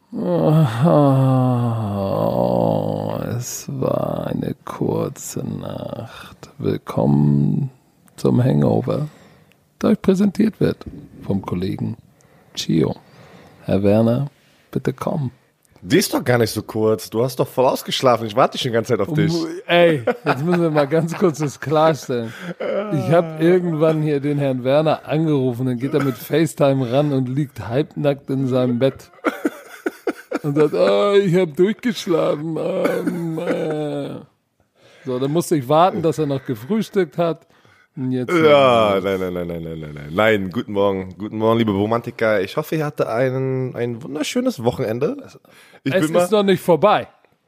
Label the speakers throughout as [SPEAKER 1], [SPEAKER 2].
[SPEAKER 1] Oh, es war eine kurze Nacht. Willkommen zum Hangover, der euch präsentiert wird vom Kollegen Chio. Herr Werner, bitte komm.
[SPEAKER 2] Die ist doch gar nicht so kurz. Du hast doch voll ausgeschlafen. Ich warte schon die ganze Zeit auf dich.
[SPEAKER 1] Ey, jetzt müssen wir mal ganz kurz das klarstellen. Ich habe irgendwann hier den Herrn Werner angerufen, dann geht er mit FaceTime ran und liegt halbnackt in seinem Bett. Und sagt, ich habe durchgeschlafen. So, dann musste ich warten, dass er noch gefrühstückt hat. Und jetzt
[SPEAKER 2] Nein, guten Morgen, liebe Romantiker. Ich hoffe, ihr hattet ein wunderschönes Wochenende.
[SPEAKER 1] Es ist noch nicht vorbei.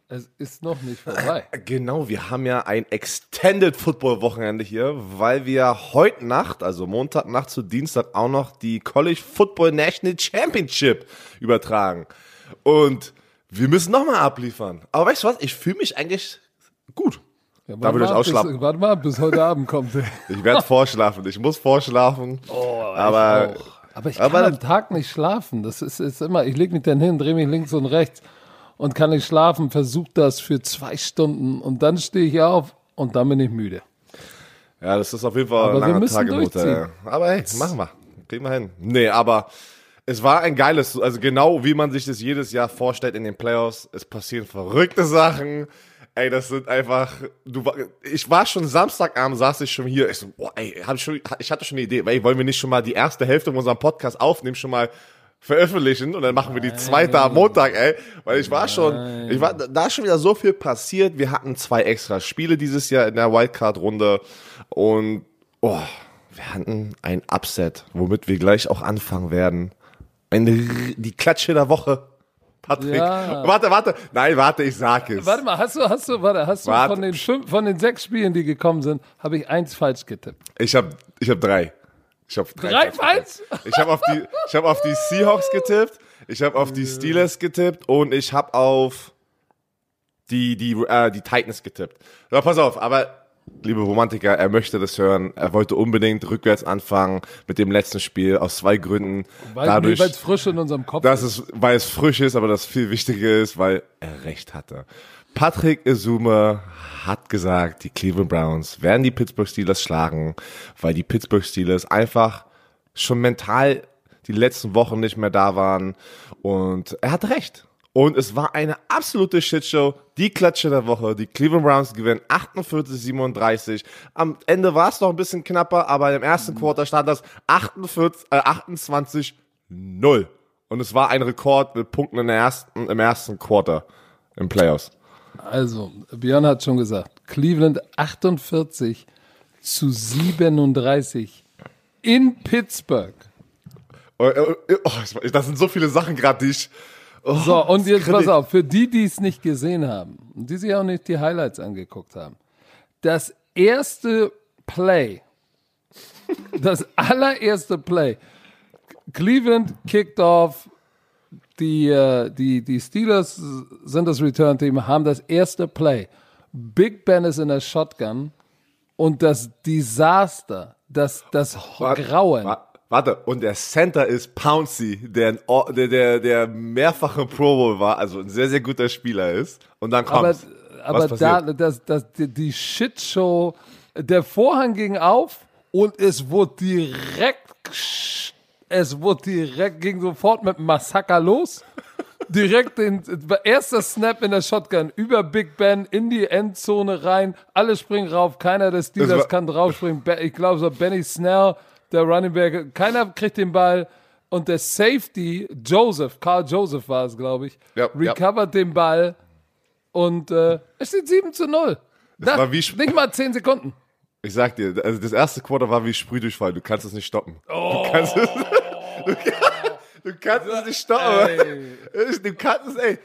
[SPEAKER 2] Genau, wir haben ja ein Extended Football Wochenende hier, weil wir heute Nacht, also Montagnacht zu Dienstag, auch noch die College Football National Championship übertragen. Und wir müssen nochmal abliefern. Aber weißt du was? Ich fühle mich eigentlich gut.
[SPEAKER 1] Ja,
[SPEAKER 2] da würde ich ausschlafen.
[SPEAKER 1] Warte mal, bis heute Abend kommt.
[SPEAKER 2] Ich werde vorschlafen. Ich muss vorschlafen.
[SPEAKER 1] Aber ich kann am Tag nicht schlafen. Das ist immer, ich lege mich dann hin, drehe mich links und rechts und kann nicht schlafen, versuche das für 2 Stunden und dann stehe ich auf und dann bin ich müde.
[SPEAKER 2] Ja, das ist auf jeden Fall ein langer Tag im Hotel. Aber hey, machen wir. Kriegen wir hin. Nee, aber es war ein geiles, also genau wie man sich das jedes Jahr vorstellt in den Playoffs. Es passieren verrückte Sachen. Ey, das sind einfach, ich war schon Samstagabend, saß ich schon hier, ich so, boah, ey, ich hatte schon eine Idee, wollen wir nicht schon mal die erste Hälfte unserem Podcast aufnehmen, schon mal veröffentlichen und dann machen wir die zweite am Montag, ey, weil da ist schon wieder so viel passiert, wir hatten 2 extra Spiele dieses Jahr in der Wildcard-Runde und, wir hatten ein Upset, womit wir gleich auch anfangen werden. Die Klatsche der Woche. Patrick,
[SPEAKER 1] ja.
[SPEAKER 2] Warte, ich sag es.
[SPEAKER 1] Warte mal, hast du von den 6 Spielen, die gekommen sind, habe ich 1 falsch getippt?
[SPEAKER 2] Ich hab 3. Ich habe
[SPEAKER 1] 3 falsch?
[SPEAKER 2] Ich habe auf die Seahawks getippt, ich habe auf die Steelers getippt und ich habe auf die Titans getippt. So, pass auf, aber liebe Romantiker, er möchte das hören. Er wollte unbedingt rückwärts anfangen mit dem letzten Spiel aus 2 Gründen.
[SPEAKER 1] Weil es frisch in unserem Kopf ist.
[SPEAKER 2] Weil es frisch ist, aber das viel wichtiger ist, weil er recht hatte. Patrick Ezume hat gesagt, die Cleveland Browns werden die Pittsburgh Steelers schlagen, weil die Pittsburgh Steelers einfach schon mental die letzten Wochen nicht mehr da waren. Und er hat recht. Und es war eine absolute Shitshow. Die Klatsche der Woche. Die Cleveland Browns gewinnen 48-37. Am Ende war es noch ein bisschen knapper, aber im ersten Quarter stand das 28-0. Und es war ein Rekord mit Punkten im ersten Quarter im Playoffs.
[SPEAKER 1] Also, Björn hat schon gesagt, Cleveland 48-37 in Pittsburgh.
[SPEAKER 2] Das sind so viele Sachen gerade, die ich...
[SPEAKER 1] So, und jetzt pass auf, für die es nicht gesehen haben und die sich auch nicht die Highlights angeguckt haben, das allererste Play, Cleveland kicked off, die Steelers sind das Return-Team, haben das erste Play, Big Ben ist in der Shotgun und das Desaster, das Grauen.
[SPEAKER 2] Warte, und der Center ist Pouncey, der mehrfache Pro Bowl war, also ein sehr, sehr guter Spieler ist. Und dann kommt
[SPEAKER 1] aber die Shitshow, der Vorhang ging auf und es wurde ging sofort mit Massaker los. Direkt erster Snap in der Shotgun über Big Ben in die Endzone rein. Alle springen rauf, keiner der Steelers kann draufspringen. Ich glaube so Benny Snell, der Running Back, keiner kriegt den Ball und der Safety, Carl Joseph war es, glaube ich, recovert den Ball und es steht 7-0. Nicht mal 10 Sekunden.
[SPEAKER 2] Ich sag dir, also das erste Quarter war wie Sprühdurchfall, du kannst es nicht stoppen. Du kannst es nicht stoppen. Du kannst es, ey.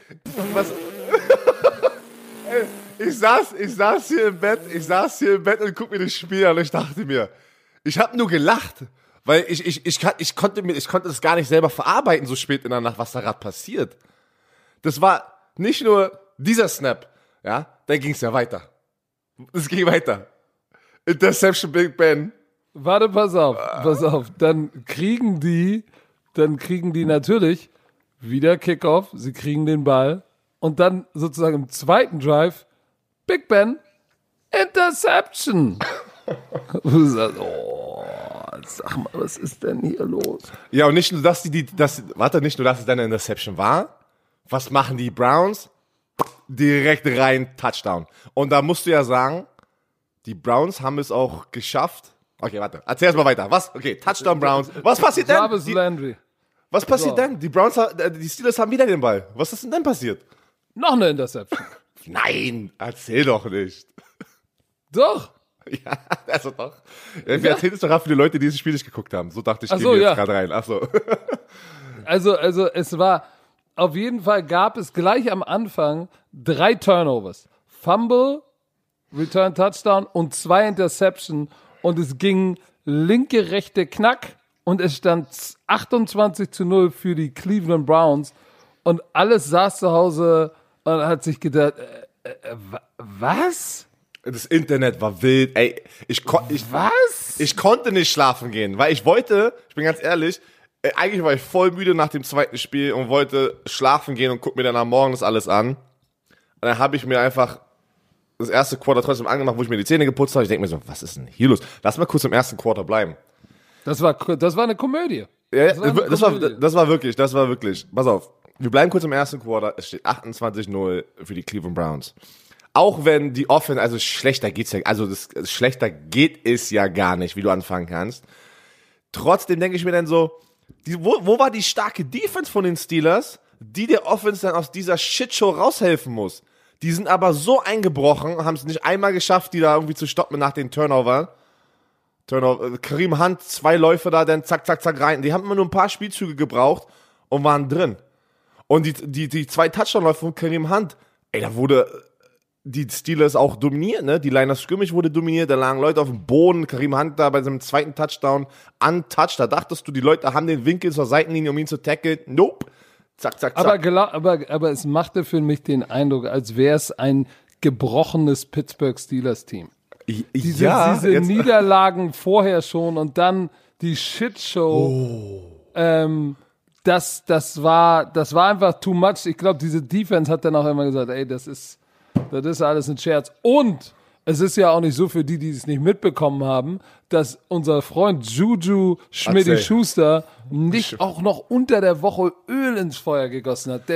[SPEAKER 2] Ich saß hier im Bett und guck mir das Spiel an und ich dachte mir, ich habe nur gelacht, weil ich konnte das gar nicht selber verarbeiten, so spät in der Nacht, was da gerade passiert. Das war nicht nur dieser Snap, ja, dann ging es ja weiter. Es ging weiter. Interception Big Ben.
[SPEAKER 1] Warte, pass auf. Dann kriegen die natürlich wieder Kickoff, sie kriegen den Ball und dann sozusagen im zweiten Drive Big Ben, Interception. Und du sagst, sag mal, was ist denn hier los?
[SPEAKER 2] Ja, und nicht nur, dass nicht nur, dass es dann eine Interception war. Was machen die Browns? Direkt rein, Touchdown. Und da musst du ja sagen, die Browns haben es auch geschafft. Okay, warte, erzähl erst mal weiter. Was? Okay, Touchdown Browns. Was passiert denn?
[SPEAKER 1] Jarvis Landry.
[SPEAKER 2] Was passiert denn? Die Steelers haben wieder den Ball. Was ist denn passiert?
[SPEAKER 1] Noch eine Interception.
[SPEAKER 2] Nein, erzähl doch nicht.
[SPEAKER 1] Doch.
[SPEAKER 2] Ja, also doch. Ja, wir erzählen es doch für die Leute, die dieses Spiel nicht geguckt haben. So dachte ich, gehen wir jetzt gerade rein. Ach so.
[SPEAKER 1] Also es war, auf jeden Fall gab es gleich am Anfang 3 Turnovers. Fumble, Return Touchdown und 2 Interception und es ging linke, rechte Knack und es stand 28-0 für die Cleveland Browns und alles saß zu Hause und hat sich gedacht, was?
[SPEAKER 2] Das Internet war wild, ey. Ich konnte nicht schlafen gehen, weil ich bin ganz ehrlich, eigentlich war ich voll müde nach dem zweiten Spiel und wollte schlafen gehen und guck mir dann am Morgen das alles an. Und dann habe ich mir einfach das erste Quarter trotzdem angemacht, wo ich mir die Zähne geputzt habe. Ich denke mir so, was ist denn hier los? Lass mal kurz im ersten Quarter bleiben.
[SPEAKER 1] Das war eine Komödie.
[SPEAKER 2] Ja, das war wirklich. Pass auf, wir bleiben kurz im ersten Quarter. Es steht 28-0 für die Cleveland Browns. Auch wenn die Offense, also schlechter geht es ja gar nicht, wie du anfangen kannst. Trotzdem denke ich mir dann so, wo war die starke Defense von den Steelers, die der Offense dann aus dieser Shitshow raushelfen muss? Die sind aber so eingebrochen, haben es nicht einmal geschafft, die da irgendwie zu stoppen nach den Turnover. Kareem Hunt, 2 Läufe da, dann zack, zack, zack rein. Die haben immer nur ein paar Spielzüge gebraucht und waren drin. Und die 2 Touchdown-Läufe von Kareem Hunt, ey, da wurde die Steelers auch dominiert, ne? Die Line of Scrimmage wurde dominiert, da lagen Leute auf dem Boden, Kareem Hunt da bei seinem zweiten Touchdown untouched, da dachtest du, die Leute haben den Winkel zur Seitenlinie, um ihn zu tackeln. Nope. Zack, zack, zack.
[SPEAKER 1] Aber es machte für mich den Eindruck, als wäre es ein gebrochenes Pittsburgh Steelers Team. Diese Niederlagen vorher schon und dann die Shitshow. Das war einfach too much. Ich glaube, diese Defense hat dann auch immer gesagt, ey, das ist alles ein Scherz. Und es ist ja auch nicht so für die es nicht mitbekommen haben, dass unser Freund Juju Schmidt-Schuster nicht auch noch unter der Woche Öl ins Feuer gegossen hat.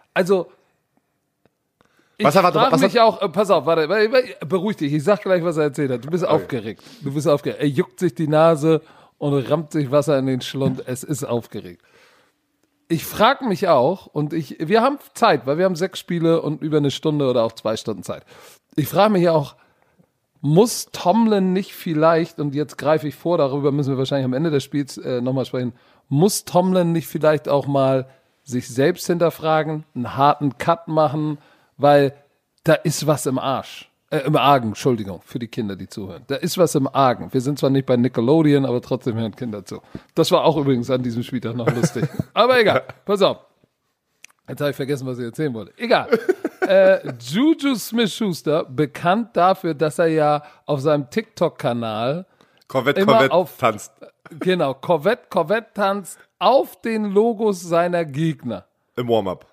[SPEAKER 1] Pass auf, warte, beruhig dich, ich sag gleich, was er erzählt hat. Du bist aufgeregt. Er juckt sich die Nase und rammt sich Wasser in den Schlund. Es ist aufgeregt. Ich frage mich auch, wir haben Zeit, weil wir haben 6 Spiele und über eine Stunde oder auch 2 Stunden Zeit. Ich frage mich auch, muss Tomlin nicht vielleicht, und jetzt greife ich vor, darüber müssen wir wahrscheinlich am Ende des Spiels nochmal sprechen, muss Tomlin nicht vielleicht auch mal sich selbst hinterfragen, einen harten Cut machen, weil da ist was im Arsch. Im Argen, Entschuldigung, für die Kinder, die zuhören. Da ist was im Argen. Wir sind zwar nicht bei Nickelodeon, aber trotzdem hören Kinder zu. Das war auch übrigens an diesem Spieltag noch lustig. Aber egal, pass auf. Jetzt habe ich vergessen, was ich erzählen wollte. Egal. Juju Smith-Schuster, bekannt dafür, dass er ja auf seinem TikTok-Kanal
[SPEAKER 2] Corvette tanzt.
[SPEAKER 1] Genau, Corvette tanzt auf den Logos seiner Gegner.
[SPEAKER 2] Im Warm-up.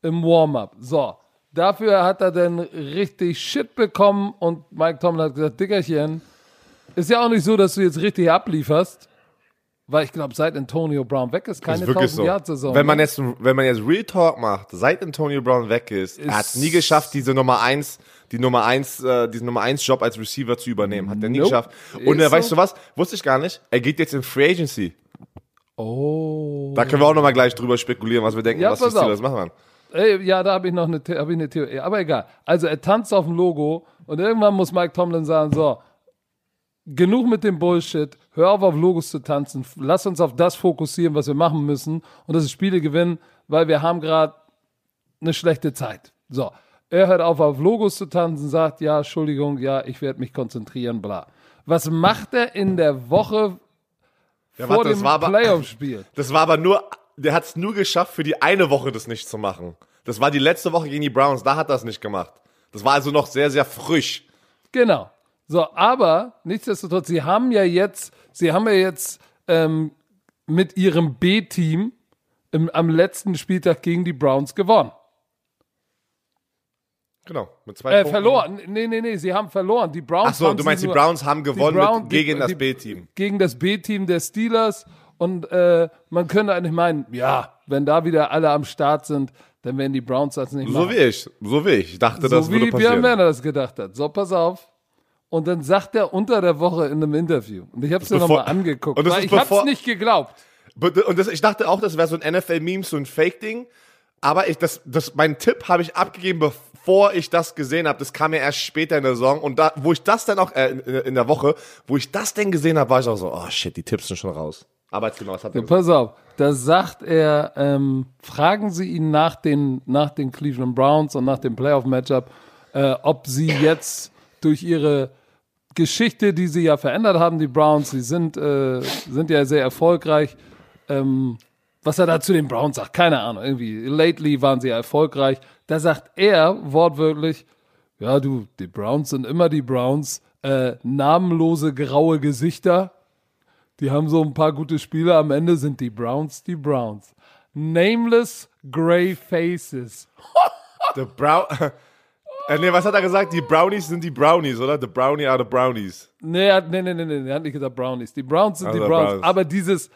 [SPEAKER 1] So. Dafür hat er dann richtig Shit bekommen und Mike Tomlin hat gesagt, Dickerchen, ist ja auch nicht so, dass du jetzt richtig ablieferst, weil ich glaube, seit Antonio Brown weg ist, keine 1000-Yard-Saison.
[SPEAKER 2] So. Wenn man jetzt Real Talk macht, seit Antonio Brown weg ist, er hat es nie geschafft, diesen Nummer 1 Job als Receiver zu übernehmen. Hat er nie geschafft. Und weißt du was? Wusste ich gar nicht. Er geht jetzt in Free Agency.
[SPEAKER 1] Oh.
[SPEAKER 2] Da können wir auch nochmal gleich drüber spekulieren, was wir denken, was die Steelers machen.
[SPEAKER 1] Ja, da habe ich noch eine Theorie. Aber egal. Also er tanzt auf dem Logo und irgendwann muss Mike Tomlin sagen, so, genug mit dem Bullshit, hör auf Logos zu tanzen, lass uns auf das fokussieren, was wir machen müssen und das ist Spiele gewinnen, weil wir haben gerade eine schlechte Zeit. So, er hört auf Logos zu tanzen, sagt, ja, Entschuldigung, ja, ich werde mich konzentrieren, bla. Was macht er in der Woche vor dem Playoff-Spiel?
[SPEAKER 2] Das war aber nur... Der hat es nur geschafft, für die eine Woche das nicht zu machen. Das war die letzte Woche gegen die Browns, da hat er es nicht gemacht. Das war also noch sehr, sehr frisch.
[SPEAKER 1] Genau. So, aber nichtsdestotrotz, sie haben ja jetzt mit ihrem B-Team am letzten Spieltag gegen die Browns gewonnen.
[SPEAKER 2] Genau, mit 2 Punkten.
[SPEAKER 1] Verloren. Nee, sie haben verloren. Die Browns.
[SPEAKER 2] Ach so, du meinst, die Browns haben gewonnen gegen das B-Team.
[SPEAKER 1] Gegen das B-Team der Steelers. Und man könnte eigentlich meinen, ja, wenn da wieder alle am Start sind, dann werden die Browns das nicht machen.
[SPEAKER 2] So wie ich. Ich dachte, das würde passieren.
[SPEAKER 1] So wie Björn Werner das gedacht hat. So, pass auf. Und dann sagt er unter der Woche in einem Interview, und ich habe es mir nochmal angeguckt, weil ich habe es nicht geglaubt.
[SPEAKER 2] Ich dachte auch, das wäre so ein NFL-Meme, so ein Fake-Ding. Aber meinen Tipp habe ich abgegeben, bevor ich das gesehen habe. Das kam ja erst später in der Saison. Und da, wo ich das dann auch, in der Woche, wo ich das denn gesehen habe, war ich auch so, oh shit, die Tipps sind schon raus. Aber jetzt genau, was hat er
[SPEAKER 1] gesagt? Pass auf, da sagt er, fragen Sie ihn nach den Cleveland Browns und nach dem Playoff-Matchup, ob sie jetzt durch ihre Geschichte, die sie ja verändert haben, die Browns, sie sind ja sehr erfolgreich, was er da zu den Browns sagt, keine Ahnung, irgendwie, lately waren sie ja erfolgreich. Da sagt er wortwörtlich, ja du, die Browns sind immer die Browns, namenlose graue Gesichter, die haben so ein paar gute Spieler, am Ende sind die Browns die Browns. Nameless Gray Faces.
[SPEAKER 2] Nee, was hat er gesagt? Die Brownies sind die Brownies, oder? The Brownie are the Brownies.
[SPEAKER 1] Nee, er hat nicht gesagt Brownies. Die Browns sind die Browns. Aber dieses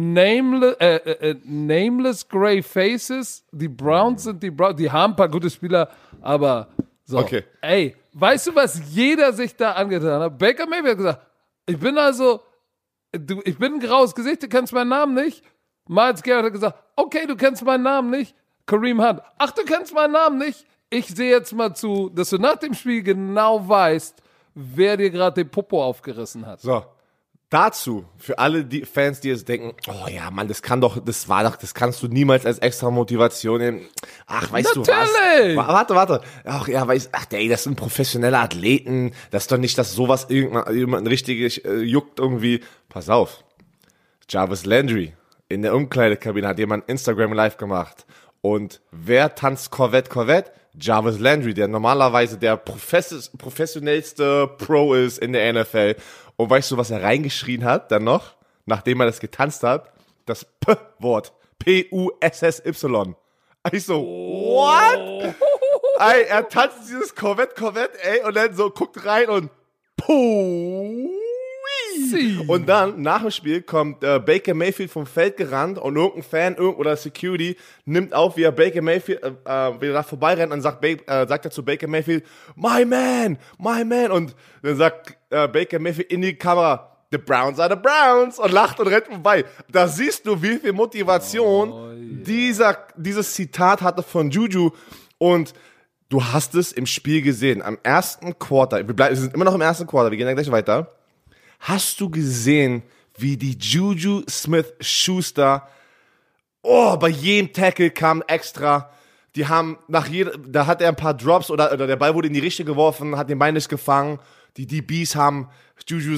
[SPEAKER 1] Nameless Gray Faces, die Browns sind die Browns, die haben ein paar gute Spieler, aber so.
[SPEAKER 2] Okay.
[SPEAKER 1] Ey, weißt du, was jeder sich da angetan hat? Baker Mayfield hat gesagt, ich bin ein graues Gesicht, du kennst meinen Namen nicht. Myles Garrett hat gesagt, okay, du kennst meinen Namen nicht. Kareem Hunt, ach, du kennst meinen Namen nicht. Ich sehe jetzt mal zu, dass du nach dem Spiel genau weißt, wer dir gerade den Popo aufgerissen hat.
[SPEAKER 2] So, dazu, für alle die Fans, die jetzt denken, oh ja, Mann, das kannst du niemals als extra Motivation nehmen. Ach, weißt
[SPEAKER 1] Natürlich.
[SPEAKER 2] Du was? Warte. Ach ja, das sind professionelle Athleten, das ist doch nicht, dass sowas jemanden richtig juckt irgendwie. Pass auf, Jarvis Landry in der Umkleidekabine hat jemand Instagram Live gemacht. Und wer tanzt Corvette? Jarvis Landry, der normalerweise der professionellste Pro ist in der NFL. Und weißt du, was er reingeschrien hat dann noch, nachdem er das getanzt hat? Das P-Wort. P-U-S-S-Y. Ich so, what? Ey, er tanzt dieses Corvette, ey, und dann so guckt rein und puh. Und dann, nach dem Spiel, kommt Baker Mayfield vom Feld gerannt und irgendein Fan oder Security nimmt auf, wie er Baker Mayfield wieder da vorbeirennt und sagt er zu Baker Mayfield, my man. Und dann sagt Baker Mayfield in die Kamera, the Browns are the Browns, und lacht und rennt vorbei. Da siehst du, wie viel Motivation dieses Zitat hatte von Juju. Und du hast es im Spiel gesehen, am ersten Quarter, wir sind immer noch im ersten Quarter, wir gehen dann gleich weiter. Hast du gesehen, wie die Juju Smith-Schuster, bei jedem Tackle kam extra, die haben da hat er ein paar Drops oder der Ball wurde in die Richtung geworfen, hat den Bein nicht gefangen, die DBs haben Juju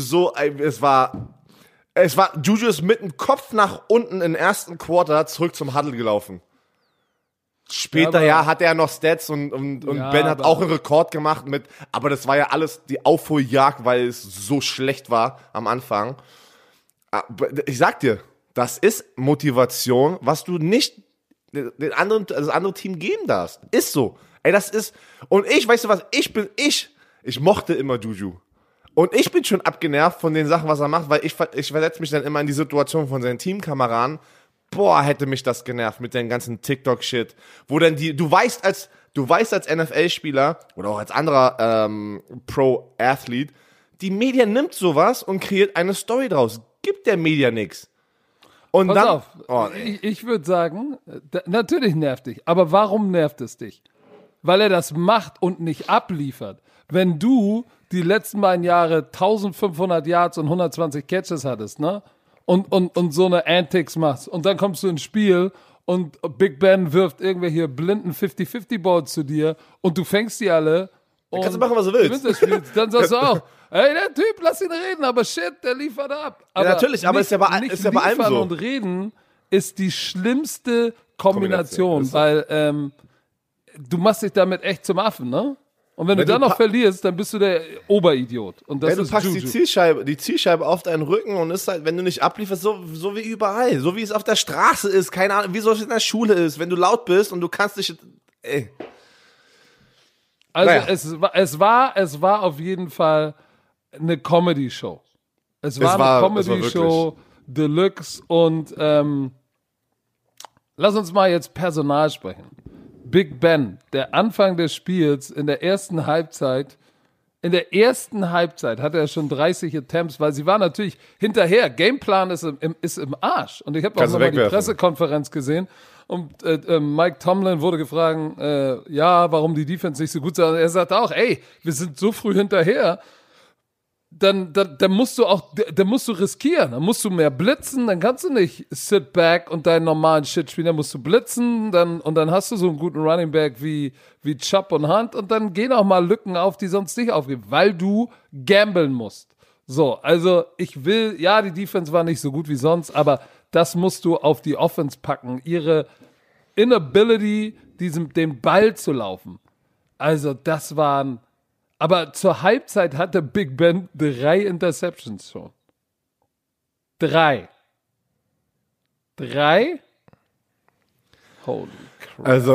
[SPEAKER 2] Juju ist mit dem Kopf nach unten im ersten Quarter zurück zum Huddle gelaufen. Später hat er noch Stats und Ben hat auch einen Rekord gemacht aber das war ja alles die Aufholjagd, weil es so schlecht war am Anfang. Ich sag dir, das ist Motivation, was du nicht das andere Team geben darfst. Ist so. Ey, das ist, und weißt du was, ich mochte immer Juju. Und ich bin schon abgenervt von den Sachen, was er macht, weil ich versetze mich dann immer in die Situation von seinen Teamkameraden. Boah, hätte mich das genervt mit den ganzen TikTok-Shit, wo dann du weißt als NFL-Spieler oder auch als anderer Pro-Athlet, die Media nimmt sowas und kreiert eine Story draus. Gibt der Media nix. Und
[SPEAKER 1] Pass
[SPEAKER 2] dann,
[SPEAKER 1] auf, ich würde sagen, natürlich nervt dich, aber warum nervt es dich? Weil er das macht und nicht abliefert. Wenn du die letzten beiden Jahre 1500 Yards und 120 Catches hattest, ne? Und so eine Antics machst. Und dann kommst du ins Spiel und Big Ben wirft irgendwelche blinden 50-50-Balls zu dir und du fängst die alle.
[SPEAKER 2] Dann kannst du machen, was du willst.
[SPEAKER 1] Dann sagst du auch, ey, der Typ, lass ihn reden, aber shit, der liefert ab. Aber
[SPEAKER 2] ja, natürlich, aber ist ja bei allem so.
[SPEAKER 1] Und reden ist die schlimmste Kombination. Weil du machst dich damit echt zum Affen, ne? Und wenn du dann noch verlierst, dann bist du der Oberidiot. Und das
[SPEAKER 2] du
[SPEAKER 1] ist
[SPEAKER 2] packst
[SPEAKER 1] Juju.
[SPEAKER 2] die Zielscheibe auf deinen Rücken und ist halt, wenn du nicht ablieferst, so wie überall. So wie es auf der Straße ist, keine Ahnung, wie so es in der Schule ist. Wenn du laut bist und du kannst dich, ey.
[SPEAKER 1] Also es war auf jeden Fall eine Comedy-Show. Es war eine Comedy-Show Deluxe und lass uns mal jetzt Personal sprechen. Big Ben, der Anfang des Spiels in der ersten Halbzeit hat er schon 30 Attempts, weil sie war natürlich hinterher. Gameplan ist im Arsch. Und ich habe auch nochmal die Pressekonferenz gesehen und Mike Tomlin wurde gefragt, warum die Defense nicht so gut sei. Und er sagte auch, wir sind so früh hinterher. Dann musst du riskieren, dann musst du mehr blitzen, dann kannst du nicht sit back und deinen normalen Shit spielen, dann musst du blitzen, und dann hast du so einen guten Running Back wie Chubb und Hunt und dann gehen auch mal Lücken auf, die sonst nicht aufgehen, weil du gamblen musst. So, also die Defense war nicht so gut wie sonst, aber das musst du auf die Offense packen, ihre Inability, den Ball zu laufen. Also das waren... Aber zur Halbzeit hatte Big Ben 3 Interceptions schon. 3? Holy crap.
[SPEAKER 2] Also,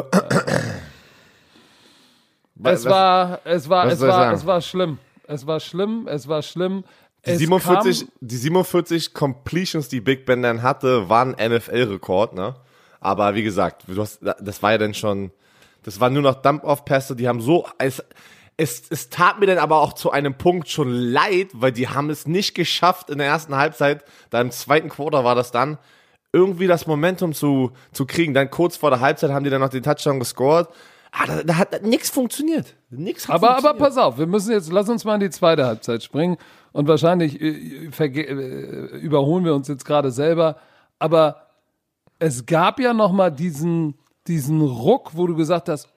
[SPEAKER 1] es war schlimm. Es war schlimm.
[SPEAKER 2] Die 47 Completions, die Big Ben dann hatte, waren NFL-Rekord, ne? Aber wie gesagt, das war ja dann schon, das waren nur noch Dump-Off-Pässe, die haben so, es tat mir dann aber auch zu einem Punkt schon leid, weil die haben es nicht geschafft in der ersten Halbzeit, da im zweiten Quarter war das dann, irgendwie das Momentum zu kriegen. Dann kurz vor der Halbzeit haben die dann noch den Touchdown gescored. Da hat nichts funktioniert.
[SPEAKER 1] Aber pass auf, lass uns mal in die zweite Halbzeit springen und wahrscheinlich überholen wir uns jetzt gerade selber, aber es gab ja noch mal diesen Ruck, wo du gesagt hast,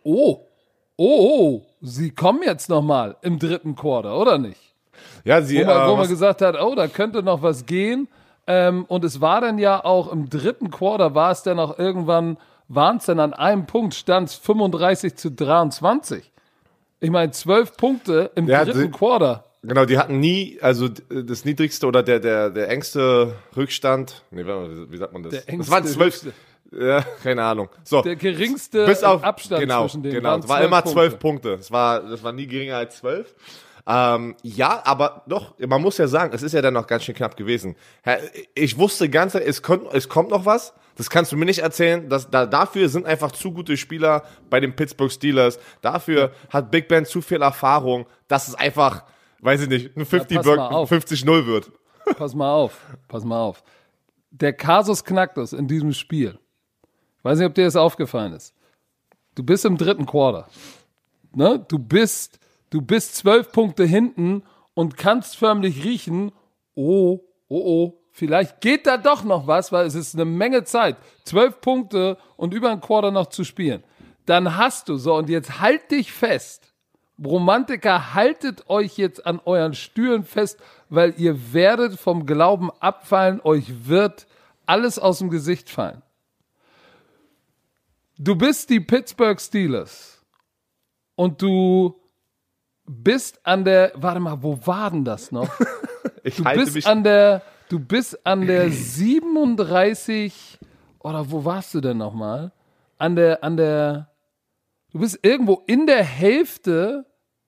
[SPEAKER 1] sie kommen jetzt nochmal im dritten Quarter, oder nicht?
[SPEAKER 2] Ja,
[SPEAKER 1] wo man gesagt hat, da könnte noch was gehen. Und es war dann ja auch im dritten Quarter, waren es dann an einem Punkt, stand es 35-23. Ich meine, 12 Punkte im dritten Quarter.
[SPEAKER 2] Genau, die hatten nie, also das niedrigste oder der engste Rückstand, wie sagt man das? Das waren 12. Ja, keine Ahnung. So.
[SPEAKER 1] Der geringste Abstand zwischen denen.
[SPEAKER 2] Genau, es war immer 12 Punkte. Das war nie geringer als 12. Aber doch, man muss ja sagen, es ist ja dann noch ganz schön knapp gewesen. Ich wusste es kommt noch was. Das kannst du mir nicht erzählen. Dafür sind einfach zu gute Spieler bei den Pittsburgh Steelers. Dafür hat Big Ben zu viel Erfahrung, dass es einfach, weiß ich nicht, ein 50-0 wird.
[SPEAKER 1] Pass mal auf. Der Kasus Knacktus in diesem Spiel, ich weiß nicht, ob dir das aufgefallen ist. Du bist im dritten Quarter. Ne? Du bist 12 Punkte hinten und kannst förmlich riechen, vielleicht geht da doch noch was, weil es ist eine Menge Zeit. 12 Punkte und über ein Quarter noch zu spielen. Dann hast du und jetzt halt dich fest. Romantiker, haltet euch jetzt an euren Stühlen fest, weil ihr werdet vom Glauben abfallen, euch wird alles aus dem Gesicht fallen. Du bist die Pittsburgh Steelers und du bist an der, warte mal, wo war denn das noch? Du bist an der 37, oder wo warst du denn nochmal? Du bist irgendwo in der Hälfte,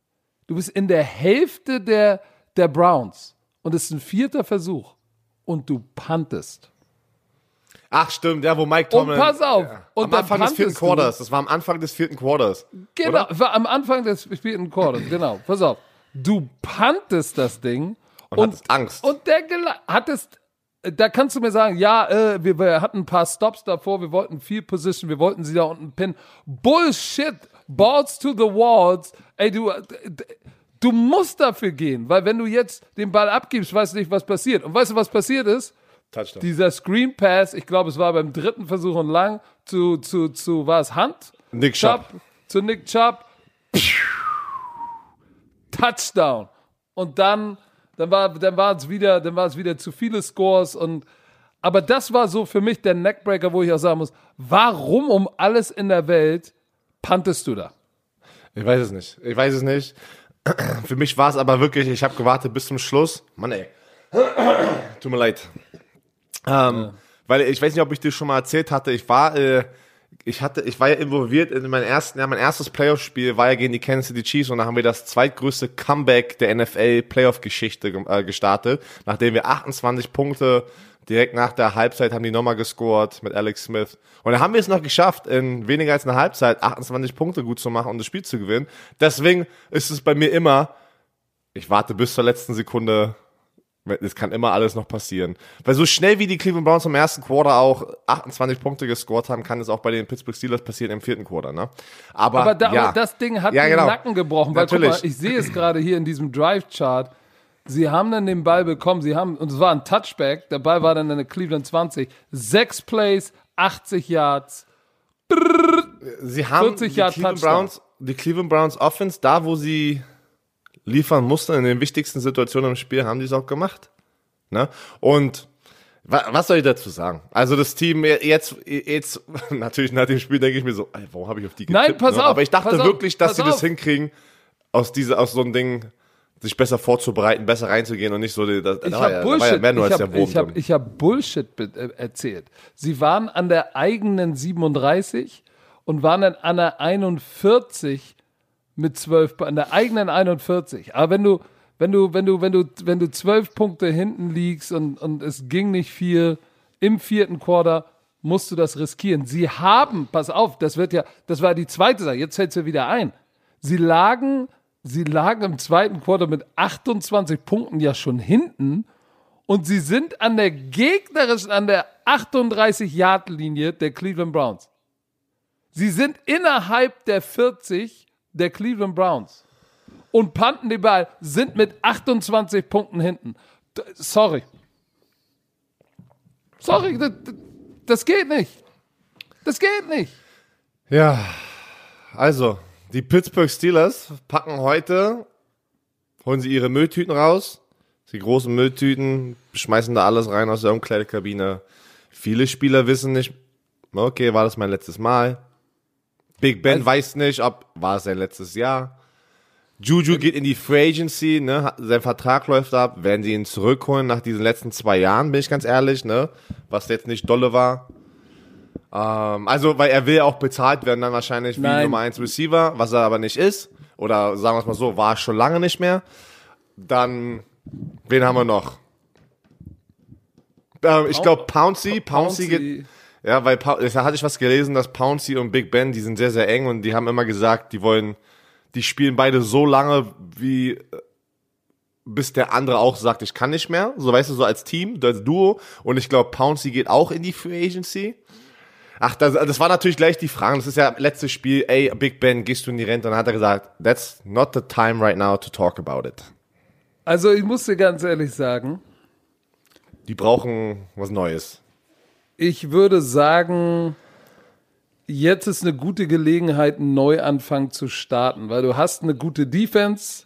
[SPEAKER 1] der Browns und es ist ein 4. Versuch und du puntest.
[SPEAKER 2] Ach stimmt, wo Mike Tomlin...
[SPEAKER 1] Und pass auf.
[SPEAKER 2] Ja. Am Anfang des 4. Quarters. Das war am Anfang des 4. Quarters.
[SPEAKER 1] Genau, war am Anfang des 4. Quarters, genau. Pass auf. Du puntest das Ding
[SPEAKER 2] und hattest Angst.
[SPEAKER 1] Und da kannst du mir sagen, wir hatten ein paar Stops davor, wir wollten Field Position, wir wollten sie da unten pinnen. Bullshit. Balls to the walls. Ey, du musst dafür gehen, weil wenn du jetzt den Ball abgibst, weißt du nicht, was passiert. Und weißt du, was passiert ist?
[SPEAKER 2] Touchdown.
[SPEAKER 1] Dieser Screen Pass, ich glaube, es war beim 3. Versuch und lang zu war es Hunt?
[SPEAKER 2] Nick Chubb.
[SPEAKER 1] Zu Nick Chubb. Touchdown. Und dann war es wieder zu viele Scores aber das war so für mich der Neckbreaker, wo ich auch sagen muss, warum um alles in der Welt puntest du da?
[SPEAKER 2] Ich weiß es nicht. Für mich war es aber wirklich, ich habe gewartet bis zum Schluss. Mann, ey. Tut mir leid. Weil ich weiß nicht, ob ich dir schon mal erzählt hatte, ich war ja involviert in mein erstes Playoff-Spiel war ja gegen die Kansas City Chiefs und da haben wir das zweitgrößte Comeback der NFL-Playoff-Geschichte gestartet, nachdem wir 28 Punkte direkt nach der Halbzeit haben die nochmal gescored mit Alex Smith. Und da haben wir es noch geschafft, in weniger als einer Halbzeit 28 Punkte gut zu machen und das Spiel zu gewinnen. Deswegen ist es bei mir immer, ich warte bis zur letzten Sekunde. Es kann immer alles noch passieren. Weil so schnell wie die Cleveland Browns im ersten Quarter auch 28 Punkte gescored haben, kann es auch bei den Pittsburgh Steelers passieren im vierten Quarter, ne? Aber
[SPEAKER 1] das Ding hat den Nacken gebrochen, weil guck mal, ich sehe es gerade hier in diesem Drive-Chart. Sie haben dann den Ball bekommen, und es war ein Touchback, der Ball war dann in der Cleveland 20, 6 Plays, 80 Yards,
[SPEAKER 2] Sie haben
[SPEAKER 1] 40 Yards
[SPEAKER 2] die Cleveland Browns Offense, da wo sie liefern mussten in den wichtigsten Situationen im Spiel, haben die es auch gemacht. Ne? Und was soll ich dazu sagen? Also das Team jetzt natürlich nach dem Spiel denke ich mir so, ey, warum habe ich auf die getippt?
[SPEAKER 1] Nein, pass auf.
[SPEAKER 2] Aber ich dachte wirklich, dass sie das hinkriegen, aus so einem Ding sich besser vorzubereiten, besser reinzugehen und nicht so, ich
[SPEAKER 1] habe Bullshit erzählt. Sie waren an der eigenen 37 und waren dann an der 41 mit 12, an der eigenen 41. Aber wenn du 12 Punkte hinten liegst und es ging nicht viel im vierten Quarter, musst du das riskieren. Sie haben, pass auf, das war die zweite Sache, jetzt fällt es mir wieder ein. Sie lagen im zweiten Quarter mit 28 Punkten ja schon hinten und sie sind an der 38-Yard-Linie der Cleveland Browns. Sie sind innerhalb der 40 der Cleveland Browns und punten den Ball, sind mit 28 Punkten hinten. Sorry, das geht nicht. Das geht nicht.
[SPEAKER 2] Ja, also, die Pittsburgh Steelers packen heute, holen sie ihre Mülltüten raus, die großen Mülltüten, schmeißen da alles rein aus der Umkleidekabine. Viele Spieler wissen nicht, okay, war das mein letztes Mal? Big Ben weiß nicht, war es sein letztes Jahr. Juju geht in die Free Agency, ne? Sein Vertrag läuft ab. Werden sie ihn zurückholen nach diesen letzten 2 Jahren, bin ich ganz ehrlich, ne? Was jetzt nicht dolle war. Also, weil er will auch bezahlt werden dann wahrscheinlich wie Nummer 1 Receiver, was er aber nicht ist. Oder sagen wir es mal so, war schon lange nicht mehr. Dann, wen haben wir noch? Ich glaube Pouncey geht... Ja, weil da hatte ich was gelesen, dass Pouncey und Big Ben, die sind sehr, sehr eng und die haben immer gesagt, die spielen beide so lange, bis der andere auch sagt, ich kann nicht mehr. So, weißt du, so als Team, als Duo. Und ich glaube, Pouncey geht auch in die Free Agency. Ach, das war natürlich gleich die Frage. Das ist ja letztes Spiel, ey, Big Ben, gehst du in die Rente? Und dann hat er gesagt, that's not the time right now to talk about it.
[SPEAKER 1] Also, ich muss dir ganz ehrlich sagen,
[SPEAKER 2] die brauchen was Neues.
[SPEAKER 1] Ich würde sagen, jetzt ist eine gute Gelegenheit, einen Neuanfang zu starten, weil du hast eine gute Defense.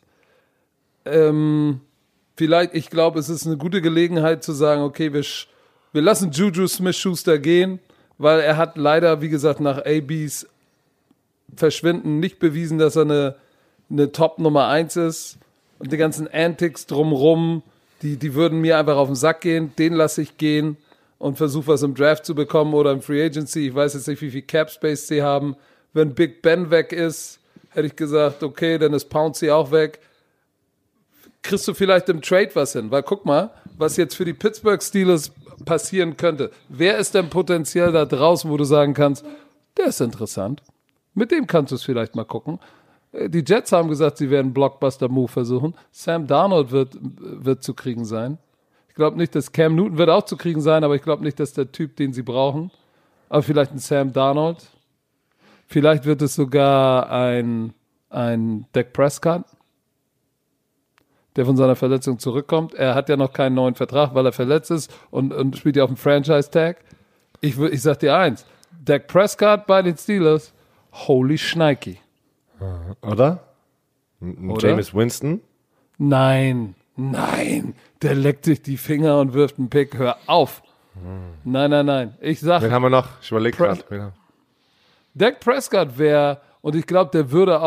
[SPEAKER 1] Ich glaube, es ist eine gute Gelegenheit zu sagen, okay, wir lassen Juju Smith-Schuster gehen, weil er hat leider, wie gesagt, nach ABs Verschwinden nicht bewiesen, dass er eine Top Nummer 1 ist. Und die ganzen Antics drumrum, die würden mir einfach auf den Sack gehen. Den lasse ich gehen und versuche was im Draft zu bekommen oder im Free Agency. Ich weiß jetzt nicht, wie viel Cap Space sie haben. Wenn Big Ben weg ist, hätte ich gesagt, okay, dann ist Pouncey auch weg. Kriegst du vielleicht im Trade was hin? Weil guck mal, was jetzt für die Pittsburgh Steelers passieren könnte. Wer ist denn potenziell da draußen, wo du sagen kannst, der ist interessant. Mit dem kannst du es vielleicht mal gucken. Die Jets haben gesagt, sie werden einen Blockbuster-Move versuchen. Sam Darnold wird zu kriegen sein. Ich glaube nicht, dass Cam Newton wird auch zu kriegen sein, aber ich glaube nicht, dass der Typ, den sie brauchen. Aber vielleicht ein Sam Darnold. Vielleicht wird es sogar ein Dak Prescott, der von seiner Verletzung zurückkommt. Er hat ja noch keinen neuen Vertrag, weil er verletzt ist und spielt ja auf dem Franchise-Tag. Ich sag dir eins, Dak Prescott bei den Steelers, holy Schneiki.
[SPEAKER 2] Oder? Jameis Winston?
[SPEAKER 1] Nein, der leckt sich die Finger und wirft einen Pick. Hör auf. Nein. Ich sag.
[SPEAKER 2] Wen haben wir noch? Ich überlege gerade.
[SPEAKER 1] Dak Prescott wäre, und ich glaube, der würde auch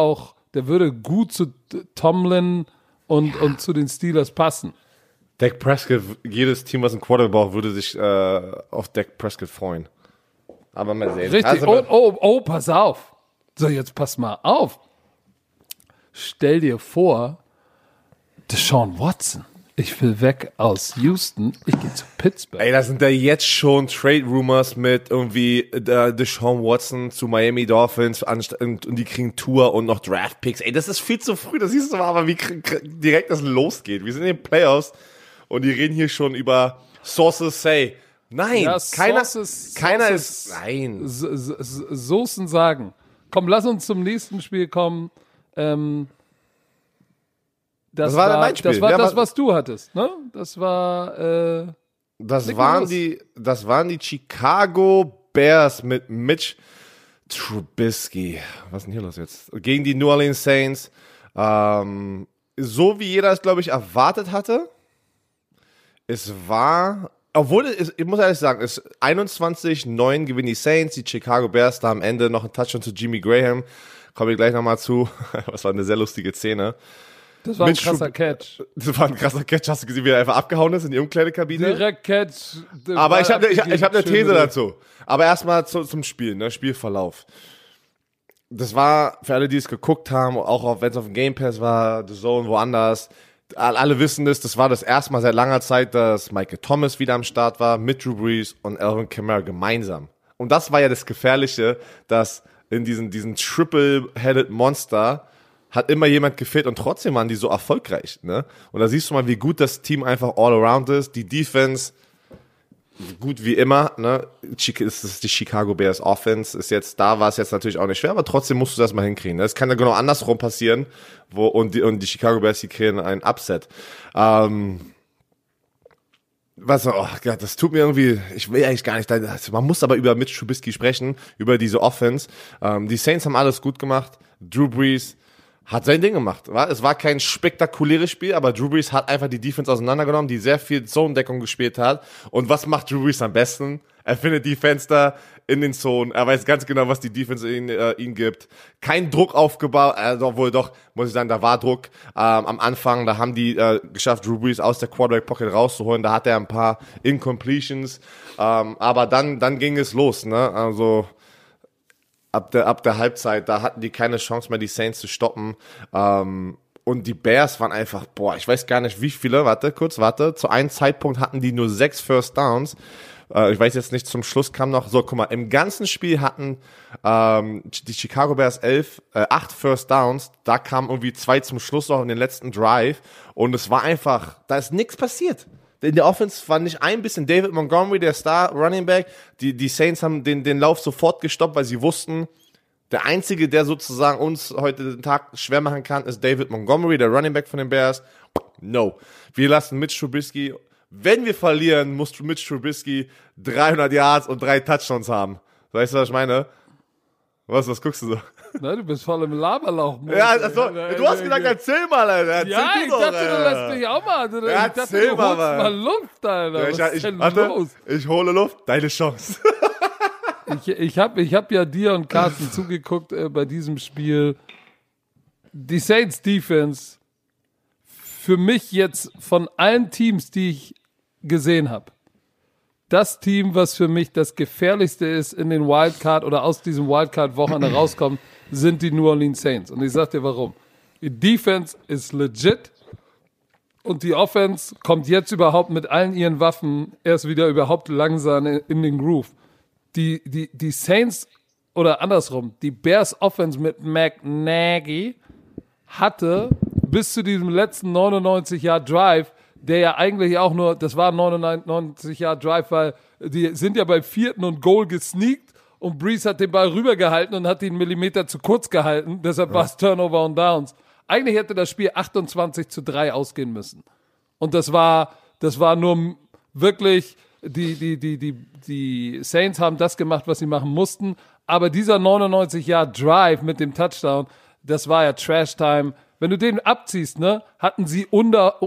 [SPEAKER 1] der würde gut zu Tomlin und zu den Steelers passen.
[SPEAKER 2] Dak Prescott, jedes Team, was einen Quarterback braucht, würde sich auf Dak Prescott freuen. Aber mal sehen.
[SPEAKER 1] Richtig, also, pass auf. So, jetzt pass mal auf. Stell dir vor, Deshaun Watson. Ich will weg aus Houston. Ich gehe zu Pittsburgh.
[SPEAKER 2] Ey, da sind ja jetzt schon Trade-Rumors mit irgendwie Deshaun Watson zu Miami Dolphins und die kriegen Tour und noch Draft-Picks. Ey, das ist viel zu früh. Das siehst du mal, aber wie direkt das losgeht. Wir sind in den Playoffs und die reden hier schon über Sources say. Nein,
[SPEAKER 1] ja,
[SPEAKER 2] keiner
[SPEAKER 1] ist.
[SPEAKER 2] Nein.
[SPEAKER 1] Soßen sagen. Komm, lass uns zum nächsten Spiel kommen. Das war mein Spiel. Das war das, was du hattest, ne? Das war.
[SPEAKER 2] Das waren die Chicago Bears mit Mitch Trubisky. Was ist denn hier los jetzt? Gegen die New Orleans Saints. So wie jeder es, glaube ich, erwartet hatte. Es war. Obwohl, ich muss ehrlich sagen, es 21-9 gewinnen die Saints, die Chicago Bears, da am Ende noch ein Touchdown zu Jimmy Graham. Komme ich gleich nochmal zu. Das war eine sehr lustige Szene.
[SPEAKER 1] Das war ein krasser Catch.
[SPEAKER 2] Das war ein krasser Catch. Hast du gesehen, wie er einfach abgehauen ist in die Umkleidekabine?
[SPEAKER 1] Direkt Catch.
[SPEAKER 2] Aber ich hab eine These dazu. Aber erstmal zum Spiel, ne? Spielverlauf. Das war, für alle, die es geguckt haben, auch wenn es auf dem Game Pass war, The Zone, woanders, alle wissen das war das erste Mal seit langer Zeit, dass Michael Thomas wieder am Start war, mit Drew Brees und Alvin Kamara gemeinsam. Und das war ja das Gefährliche, dass in diesen Triple-Headed Monster hat immer jemand gefehlt und trotzdem waren die so erfolgreich, ne? Und da siehst du mal, wie gut das Team einfach all around ist. Die Defense, gut wie immer, ne? Das ist die Chicago Bears Offense, ist jetzt, da war es jetzt natürlich auch nicht schwer, aber trotzdem musst du das mal hinkriegen. Das kann ja genau andersrum passieren, und die Chicago Bears, die kriegen einen Upset. Das tut mir irgendwie, ich will eigentlich gar nicht, man muss aber über Mitch Trubisky sprechen, über diese Offense. Die Saints haben alles gut gemacht. Drew Brees hat sein Ding gemacht. Es war kein spektakuläres Spiel, aber Drew Brees hat einfach die Defense auseinandergenommen, die sehr viel Zone-Deckung gespielt hat. Und was macht Drew Brees am besten? Er findet die Fenster in den Zonen. Er weiß ganz genau, was die Defense ihn gibt. Kein Druck aufgebaut, obwohl doch, muss ich sagen, da war Druck. Am Anfang, da haben die geschafft, Drew Brees aus der Quarterback-Pocket rauszuholen. Da hat er ein paar Incompletions. Aber dann ging es los, ne? Also ab der Halbzeit, da hatten die keine Chance mehr, die Saints zu stoppen. Und die Bears waren einfach, ich weiß gar nicht wie viele, zu einem Zeitpunkt hatten die nur 6 First Downs. Ich weiß jetzt nicht, zum Schluss kam noch, so, guck mal, im ganzen Spiel hatten die Chicago Bears 8 First Downs, da kamen irgendwie 2 zum Schluss noch in den letzten Drive und es war einfach, da ist nichts passiert. In der Offense war nicht ein bisschen David Montgomery, der Star Running Back. Die Saints haben den Lauf sofort gestoppt, weil sie wussten, der Einzige, der sozusagen uns heute den Tag schwer machen kann, ist David Montgomery, der Running Back von den Bears. No. Wir lassen Mitch Trubisky, wenn wir verlieren, muss Mitch Trubisky 300 Yards und 3 Touchdowns haben. Weißt du, was ich meine? Was guckst du so?
[SPEAKER 1] Nein, du bist voll im Laberlauch.
[SPEAKER 2] Ja, also, du hast gesagt, erzähl mal, Alter.
[SPEAKER 1] Ja, ich dachte, du lässt mich auch mal. Ich dachte, du holst mal Luft, Alter. Was ist denn los?
[SPEAKER 2] Ich hole Luft, deine Chance.
[SPEAKER 1] Ich hab ja dir und Carsten zugeguckt bei diesem Spiel. Die Saints Defense, für mich jetzt von allen Teams, die ich gesehen habe, das Team, was für mich das gefährlichste ist in den Wildcard oder aus diesem Wildcard-Wochenende rauskommt, sind die New Orleans Saints. Und ich sag dir warum. Die Defense ist legit und die Offense kommt jetzt überhaupt mit allen ihren Waffen erst wieder überhaupt langsam in den Groove. Die Saints, oder andersrum, die Bears Offense mit Matt Nagy hatte bis zu diesem letzten 99-Yard-Drive, der ja eigentlich auch nur, das war ein 99-Yard-Drive, weil die sind ja bei 4. und Goal gesneakt und Brees hat den Ball rübergehalten und hat ihn einen Millimeter zu kurz gehalten, deshalb war es Turnover und Downs. Eigentlich hätte das Spiel 28-3 ausgehen müssen. Und das war nur wirklich, die Saints haben das gemacht, was sie machen mussten, aber dieser 99-Yard-Drive mit dem Touchdown, das war ja Trash-Time. Wenn du den abziehst, ne, hatten sie unter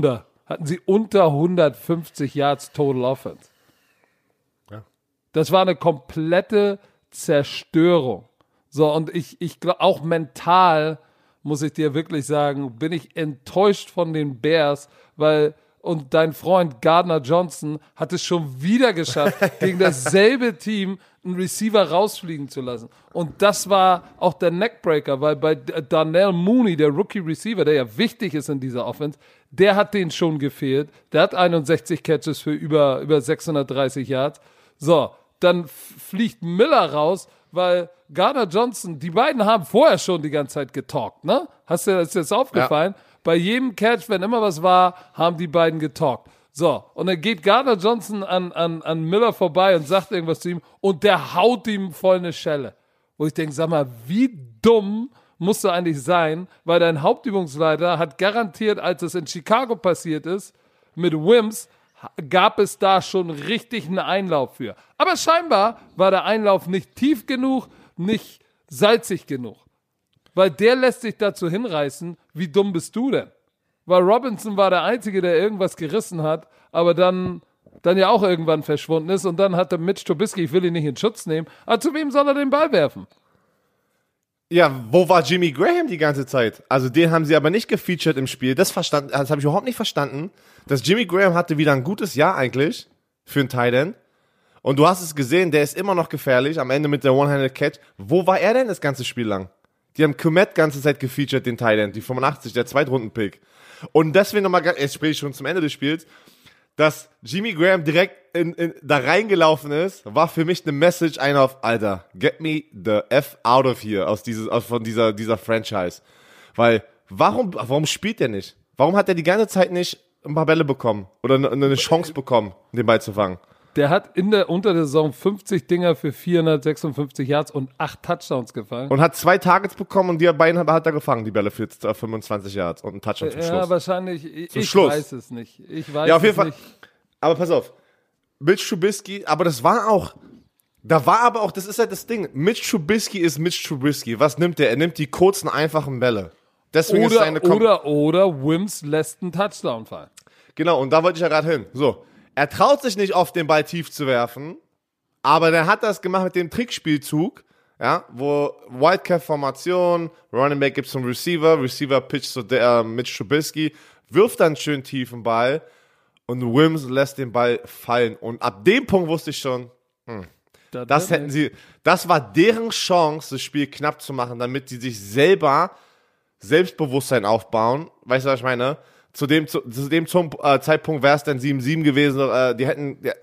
[SPEAKER 1] 150 Yards Total Offense. Ja. Das war eine komplette Zerstörung. So, und ich glaube, auch mental muss ich dir wirklich sagen, bin ich enttäuscht von den Bears, und dein Freund Gardner Johnson hat es schon wieder geschafft, gegen dasselbe Team einen Receiver rausfliegen zu lassen. Und das war auch der Neckbreaker, weil bei Darnell Mooney, der Rookie-Receiver, der ja wichtig ist in dieser Offense, der hat denen schon gefehlt. Der hat 61 Catches für über 630 Yards. So, dann fliegt Miller raus, weil Gardner Johnson, die beiden haben vorher schon die ganze Zeit getalkt, ne? Ist dir das aufgefallen? Ja. Bei jedem Catch, wenn immer was war, haben die beiden getalkt. So, und dann geht Gardner Johnson an Miller vorbei und sagt irgendwas zu ihm und der haut ihm voll eine Schelle. Wo ich denke, sag mal, wie dumm musst du eigentlich sein, weil dein Hauptübungsleiter hat garantiert, als es in Chicago passiert ist, mit Wims, gab es da schon richtig einen Einlauf für. Aber scheinbar war der Einlauf nicht tief genug, nicht salzig genug. Weil der lässt sich dazu hinreißen, wie dumm bist du denn? Weil Robinson war der Einzige, der irgendwas gerissen hat, aber dann ja auch irgendwann verschwunden ist und dann hatte Mitch Trubisky, ich will ihn nicht in Schutz nehmen, aber zu wem soll er den Ball werfen?
[SPEAKER 2] Ja, wo war Jimmy Graham die ganze Zeit? Also den haben sie aber nicht gefeatured im Spiel. Das habe ich überhaupt nicht verstanden. Dass Jimmy Graham hatte wieder ein gutes Jahr eigentlich für einen Tight End. Und du hast es gesehen, der ist immer noch gefährlich, am Ende mit der One-Handed Catch. Wo war er denn das ganze Spiel lang? Die haben Kmet ganze Zeit gefeatured, den Tight End, die 85, der Zweitrunden-Pick. Und deswegen nochmal, jetzt spreche ich schon zum Ende des Spiels, dass Jimmy Graham direkt da reingelaufen ist, war für mich eine Message auf, Alter, get me the F out of here, von dieser Franchise. Weil, warum spielt der nicht? Warum hat er die ganze Zeit nicht ein paar Bälle bekommen? Oder eine Chance bekommen, den Ball zu fangen?
[SPEAKER 1] Der hat unter der Saison 50 Dinger für 456 Yards und 8 Touchdowns gefangen.
[SPEAKER 2] Und hat 2 Targets bekommen und die beiden hat er gefangen, die Bälle für 25 Yards und einen Touchdown zum Schluss.
[SPEAKER 1] Ja, wahrscheinlich. Ich weiß es nicht.
[SPEAKER 2] Ja, auf jeden Fall. Aber pass auf. Mitch Trubisky, aber das war auch, das ist halt das Ding. Mitch Trubisky ist Mitch Trubisky. Was nimmt der? Er nimmt die kurzen, einfachen Bälle. Deswegen ist seine
[SPEAKER 1] oder Wims lässt einen Touchdown fallen.
[SPEAKER 2] Genau, und da wollte ich ja gerade hin. So. Er traut sich nicht oft, den Ball tief zu werfen, aber der hat das gemacht mit dem Trickspielzug, ja, wo Wildcat-Formation, Running Back gibt zum Receiver pitcht zu Mitch Trubisky, wirft dann schön tiefen Ball und Wims lässt den Ball fallen. Und ab dem Punkt wusste ich schon, das war deren Chance, das Spiel knapp zu machen, damit sie sich Selbstbewusstsein aufbauen. Weißt du, was ich meine? Zu dem Zeitpunkt wäre es dann 7-7 gewesen. Die hätten. Ja.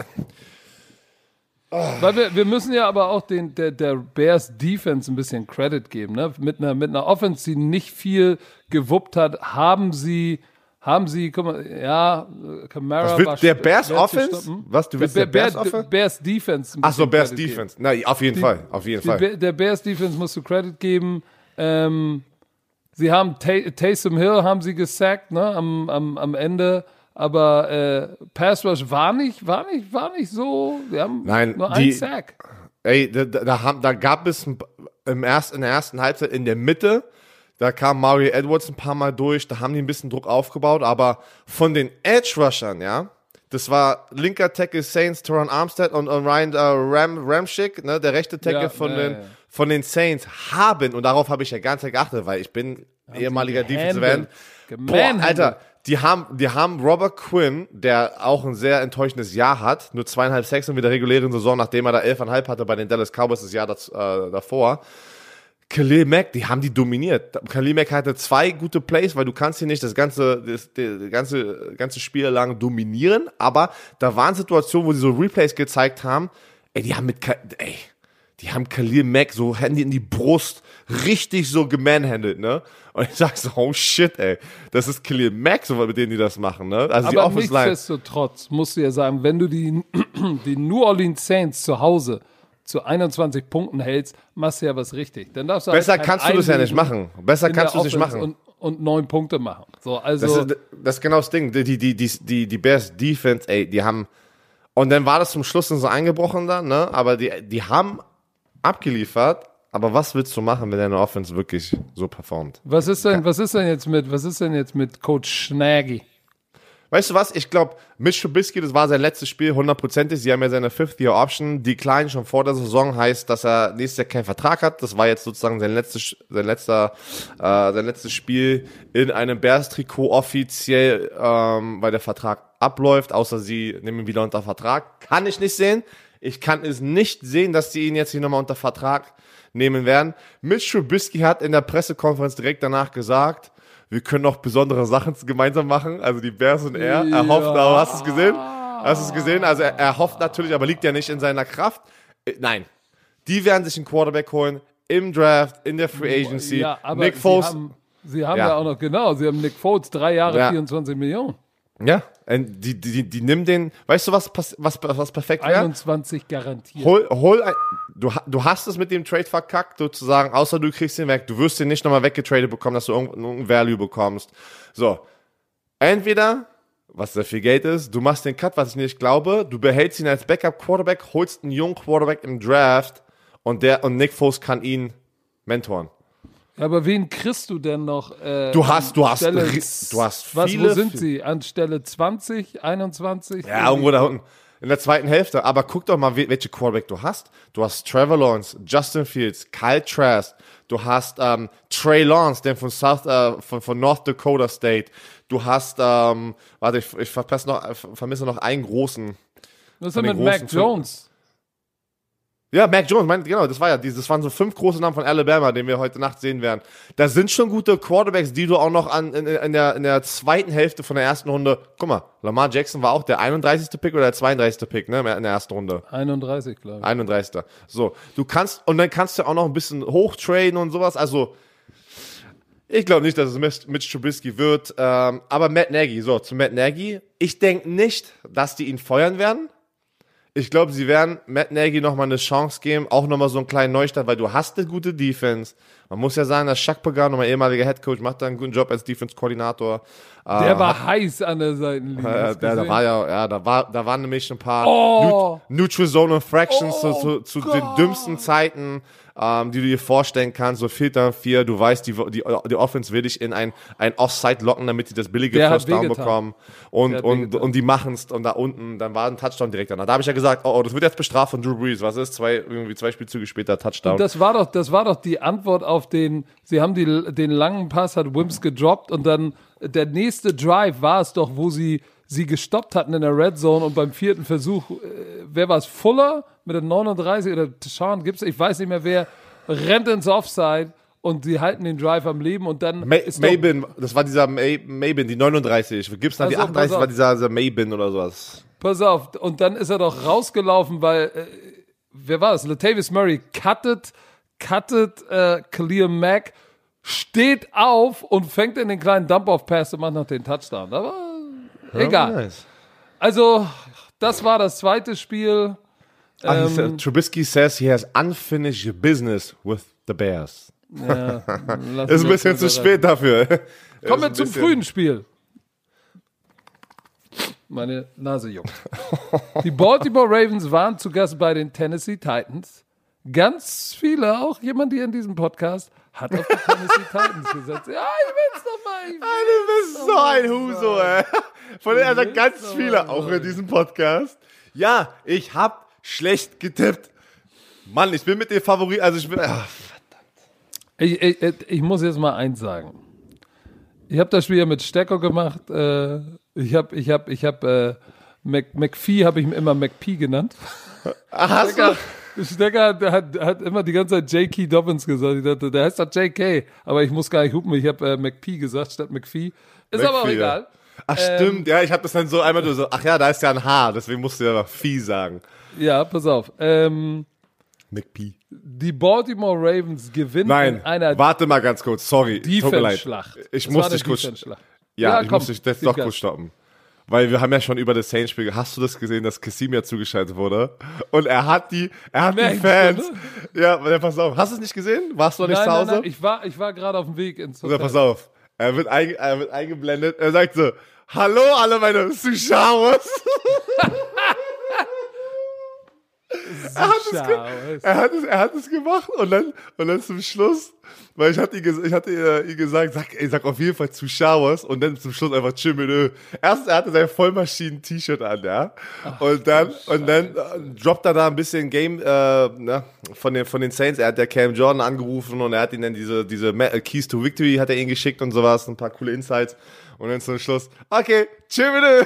[SPEAKER 1] Weil wir müssen ja aber auch der Bears Defense ein bisschen Credit geben. Ne? Mit einer Offense, die nicht viel gewuppt hat, haben sie, guck mal, ja, Kamara
[SPEAKER 2] war der Bears Offense? Was, du willst der Bears Offense?
[SPEAKER 1] Bears Defense.
[SPEAKER 2] Achso, Bears Defense. Na, auf jeden Fall.
[SPEAKER 1] Der Bears Defense musst du Credit geben. Sie haben Taysom Hill haben sie gesackt, ne, am Ende, aber Pass Rush war nicht so, wir haben nur einen Sack.
[SPEAKER 2] Ey, da gab es in der ersten Halbzeit in der Mitte, da kam Mario Edwards ein paar Mal durch, da haben die ein bisschen Druck aufgebaut, aber von den Edge Rushern, ja, das war linker Tackle Saints, Teron Armstead und Ryan Ramczyk, ne, der rechte Tackle von den Saints haben, und darauf habe ich ja ganz geachtet, weil ich bin ehemaliger Defensive End. Boah, Alter, die haben Robert Quinn, der auch ein sehr enttäuschendes Jahr hat, nur 2,5 Sacks in der regulären Saison, nachdem er da 11,5 hatte bei den Dallas Cowboys das Jahr davor. Khalil Mack, die haben die dominiert. Khalil Mack hatte 2 gute Plays, weil du kannst hier nicht das ganze Spiel lang dominieren, aber da waren Situationen, wo sie so Replays gezeigt haben, die haben Khalil Mack so Hände in die Brust richtig so gemanhandelt, ne? Und ich sag so, oh shit, ey, das ist Khalil Mack, so mit denen die das machen, ne? Also
[SPEAKER 1] aber nichtsdestotrotz musst du ja sagen, wenn du die New Orleans Saints zu Hause zu 21 Punkten hältst, machst du ja was richtig. Dann darfst du
[SPEAKER 2] besser kannst du das ja nicht machen. Besser kannst du es nicht machen.
[SPEAKER 1] Und 9 Punkte machen. So, also
[SPEAKER 2] das ist genau das Ding. Die Bears Defense, ey, die haben, und dann war das zum Schluss so eingebrochen dann, ne? Aber die haben abgeliefert, aber was willst du machen, wenn deine Offense wirklich so performt?
[SPEAKER 1] Was ist denn jetzt mit Coach Nagy?
[SPEAKER 2] weißt du was? Ich glaube, Mitch Trubisky, das war sein letztes Spiel, 100%. Sie haben ja seine Fifth-Year-Option. Decline schon vor der Saison heißt, dass er nächstes Jahr keinen Vertrag hat. Das war jetzt sozusagen sein letztes Spiel in einem Bears-Trikot offiziell, weil der Vertrag abläuft, außer sie nehmen ihn wieder unter Vertrag. Kann ich nicht sehen. Ich kann es nicht sehen, dass die ihn jetzt hier nochmal unter Vertrag nehmen werden. Mitch Trubisky hat in der Pressekonferenz direkt danach gesagt, wir können noch besondere Sachen gemeinsam machen, also die Bears und er. Er hofft, aber hast du es gesehen? Hast du es gesehen? Also er hofft natürlich, aber liegt ja nicht in seiner Kraft. Nein, die werden sich einen Quarterback holen im Draft, in der Free Agency.
[SPEAKER 1] Ja, aber
[SPEAKER 2] Nick Foles.
[SPEAKER 1] Sie haben ja auch noch, genau, sie haben Nick Foles, 3 Jahre, 24 Millionen.
[SPEAKER 2] Ja, die nimm den, weißt du, was perfekt wäre?
[SPEAKER 1] 21 garantiert.
[SPEAKER 2] Du hast es mit dem Trade verkackt, sozusagen, außer du kriegst ihn weg. Du wirst den nicht nochmal weggetradet bekommen, dass du irgendein Value bekommst. So, entweder, was sehr viel Geld ist, du machst den Cut, was ich nicht glaube, du behältst ihn als Backup-Quarterback, holst einen jungen Quarterback im Draft und Nick Foles kann ihn mentoren.
[SPEAKER 1] Ja, aber wen kriegst du denn noch?
[SPEAKER 2] Du hast viele.
[SPEAKER 1] Wo sind sie? An Stelle 20, 21?
[SPEAKER 2] Ja, irgendwo da unten. In der zweiten Hälfte. Aber guck doch mal, welche Quarterback du hast. Du hast Trevor Lawrence, Justin Fields, Kyle Trask. Du hast Trey Lance, der von North Dakota State. Du hast, ich vermisse noch einen großen.
[SPEAKER 1] Was ist denn mit Mac Jones?
[SPEAKER 2] Ja, Mac Jones, genau, das waren so 5 große Namen von Alabama, den wir heute Nacht sehen werden. Da sind schon gute Quarterbacks, die du auch noch in der zweiten Hälfte von der ersten Runde, guck mal, Lamar Jackson war auch der 31. Pick oder der 32. Pick, ne, in der ersten Runde.
[SPEAKER 1] 31, glaube ich.
[SPEAKER 2] 31. So, dann kannst du auch noch ein bisschen hochtraden und sowas, also, ich glaube nicht, dass es Mitch Trubisky wird, aber Matt Nagy, zu Matt Nagy, ich denke nicht, dass die ihn feuern werden. Ich glaube, sie werden Matt Nagy nochmal eine Chance geben, auch nochmal so einen kleinen Neustart, weil du hast eine gute Defense. Man muss ja sagen, dass Shaq Pagano, mein ehemaliger Headcoach, macht da einen guten Job als Defense-Koordinator.
[SPEAKER 1] Der war heiß an der Seitenlinie.
[SPEAKER 2] Da waren nämlich ein paar Neutral Zone Infractions zu den dümmsten Zeiten, die du dir vorstellen kannst. So 4-4, du weißt, die Offense will dich in ein Offside locken, damit sie das billige First Down bekommen. Und die machen es und da unten, dann war ein Touchdown direkt danach. Da habe ich ja gesagt, das wird jetzt bestraft von Drew Brees. Was ist? 2 Spielzüge später Touchdown.
[SPEAKER 1] Und das war doch die Antwort auf den langen Pass, hat Wims gedroppt und dann der nächste Drive war es doch, wo sie gestoppt hatten in der Red Zone und beim 4. Versuch, wer war es? Fuller mit der 39 oder Sean Gibson, ich weiß nicht mehr wer, rennt ins Offside und sie halten den Drive am Leben und dann
[SPEAKER 2] Mabin, das war dieser Mabin, die 39. Gibson die 38, war dieser Mabin oder sowas.
[SPEAKER 1] Pass auf, und dann ist er doch rausgelaufen, weil, wer war das? Latavius Murray cuttet Khalil Mack, steht auf und fängt in den kleinen Dump-Off-Pass und macht noch den Touchdown. Aber egal. Nice. Also, das war das zweite Spiel.
[SPEAKER 2] Trubisky says he has unfinished business with the Bears.
[SPEAKER 1] Ja,
[SPEAKER 2] ist ein bisschen zu spät dafür.
[SPEAKER 1] Kommen wir zum frühen Spiel. Meine Nase juckt. Die Baltimore Ravens waren zu Gast bei den Tennessee Titans. Ganz viele, auch jemand hier in diesem Podcast, hat auf die Tennessee Titans gesetzt. Ja, ich will's doch mal.
[SPEAKER 2] Du bist so ein Huso, ey. Von denen hat ganz viele, auch in diesem Podcast. Ja, ich hab schlecht getippt. Mann, ich bin mit dem Favorit, also ich bin... Ach,
[SPEAKER 1] verdammt. Ich muss jetzt mal eins sagen. Ich habe das Spiel ja mit Stecker gemacht. Ich habe McPhee habe ich immer McPhee genannt.
[SPEAKER 2] Hast du?
[SPEAKER 1] Stecker hat immer die ganze Zeit J.K. Dobbins gesagt. Ich dachte, der heißt doch J.K., aber ich muss gar nicht hupen. Ich habe McPhee gesagt statt McPhee. Ist aber auch egal.
[SPEAKER 2] Ach stimmt, ja, ich habe das dann so einmal so, ach ja, da ist ja ein H, deswegen musst du ja Vieh sagen.
[SPEAKER 1] Ja, pass auf.
[SPEAKER 2] McPhee.
[SPEAKER 1] Die Baltimore Ravens gewinnen in einer
[SPEAKER 2] warte mal ganz kurz, sorry.
[SPEAKER 1] Defense-Schlacht.
[SPEAKER 2] Ich muss dich kurz... Ja, ich muss dich doch kurz stoppen. Weil wir haben ja schon über das Saints-Spiel, hast du das gesehen, dass Kassim ja zugeschaltet wurde? Und er hat die Fans. Ja, pass auf. Hast du es nicht gesehen? Warst du noch nicht zu Hause?
[SPEAKER 1] Nein, ich war gerade auf dem Weg ins
[SPEAKER 2] Hotel. Pass auf. Er wird eingeblendet. Er sagt so, hallo alle meine Zuschauer. Er hat es gemacht und dann zum Schluss, weil ich hatte ihm gesagt, sag auf jeden Fall zu Showers und dann zum Schluss einfach chill mit Ö. Erst er hatte sein Vollmaschinen-T-Shirt an, ja. Und dann droppt er da ein bisschen Game von den Saints. Er hat der Cam Jordan angerufen und er hat ihn dann diese Keys to Victory hat er ihn geschickt und sowas, ein paar coole Insights. Und dann zum Schluss, okay, chill mit Ö.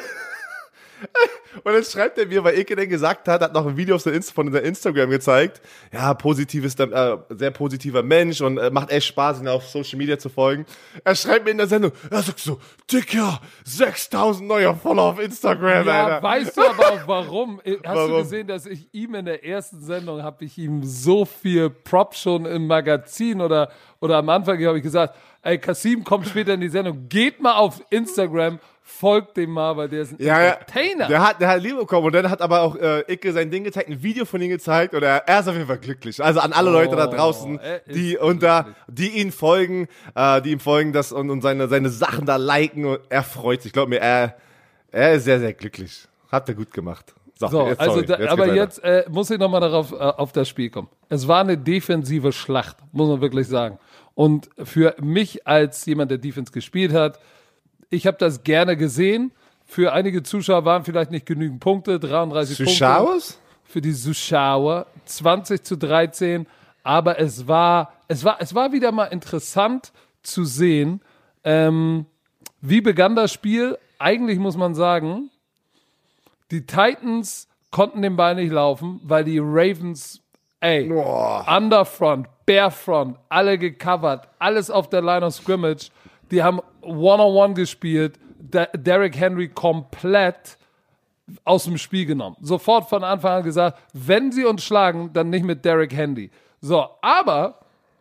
[SPEAKER 2] Und dann schreibt er mir, weil Eke dann gesagt hat noch ein Video von der Instagram gezeigt, ja, sehr positiver Mensch und macht echt Spaß, ihn auf Social Media zu folgen. Er schreibt mir in der Sendung, er sagt so, Dicker, 6.000 neue Follower auf Instagram,
[SPEAKER 1] ja,
[SPEAKER 2] Alter.
[SPEAKER 1] Weißt du aber auch warum? Hast du gesehen, dass ich ihm in der ersten Sendung, habe ich ihm so viel Props schon im Magazin oder am Anfang habe ich gesagt, ey, Kasim kommt später in die Sendung, geht mal auf Instagram, folgt dem mal, weil der ist ein Entertainer.
[SPEAKER 2] Der hat Liebe bekommen und dann hat aber auch Icke sein Ding gezeigt, ein Video von ihm gezeigt und er ist auf jeden Fall glücklich. Also an alle Leute da draußen, die ihm folgen, das und seine Sachen da liken und er freut sich. Glaub mir, er ist sehr, sehr glücklich. Hat er gut gemacht.
[SPEAKER 1] Jetzt muss ich nochmal darauf auf das Spiel kommen. Es war eine defensive Schlacht, muss man wirklich sagen. Und für mich als jemand, der Defense gespielt hat, ich habe das gerne gesehen. Für einige Zuschauer waren vielleicht nicht genügend Punkte, 33 Punkte. Für die Zuschauer, 20-13. Aber es war wieder mal interessant zu sehen, wie begann das Spiel. Eigentlich muss man sagen, die Titans konnten den Ball nicht laufen, weil die Ravens, Underfront, Barefront, alle gecovert, alles auf der Line of Scrimmage. Die haben One-on-One gespielt, Derrick Henry komplett aus dem Spiel genommen. Sofort von Anfang an gesagt, wenn sie uns schlagen, dann nicht mit Derrick Henry. So, aber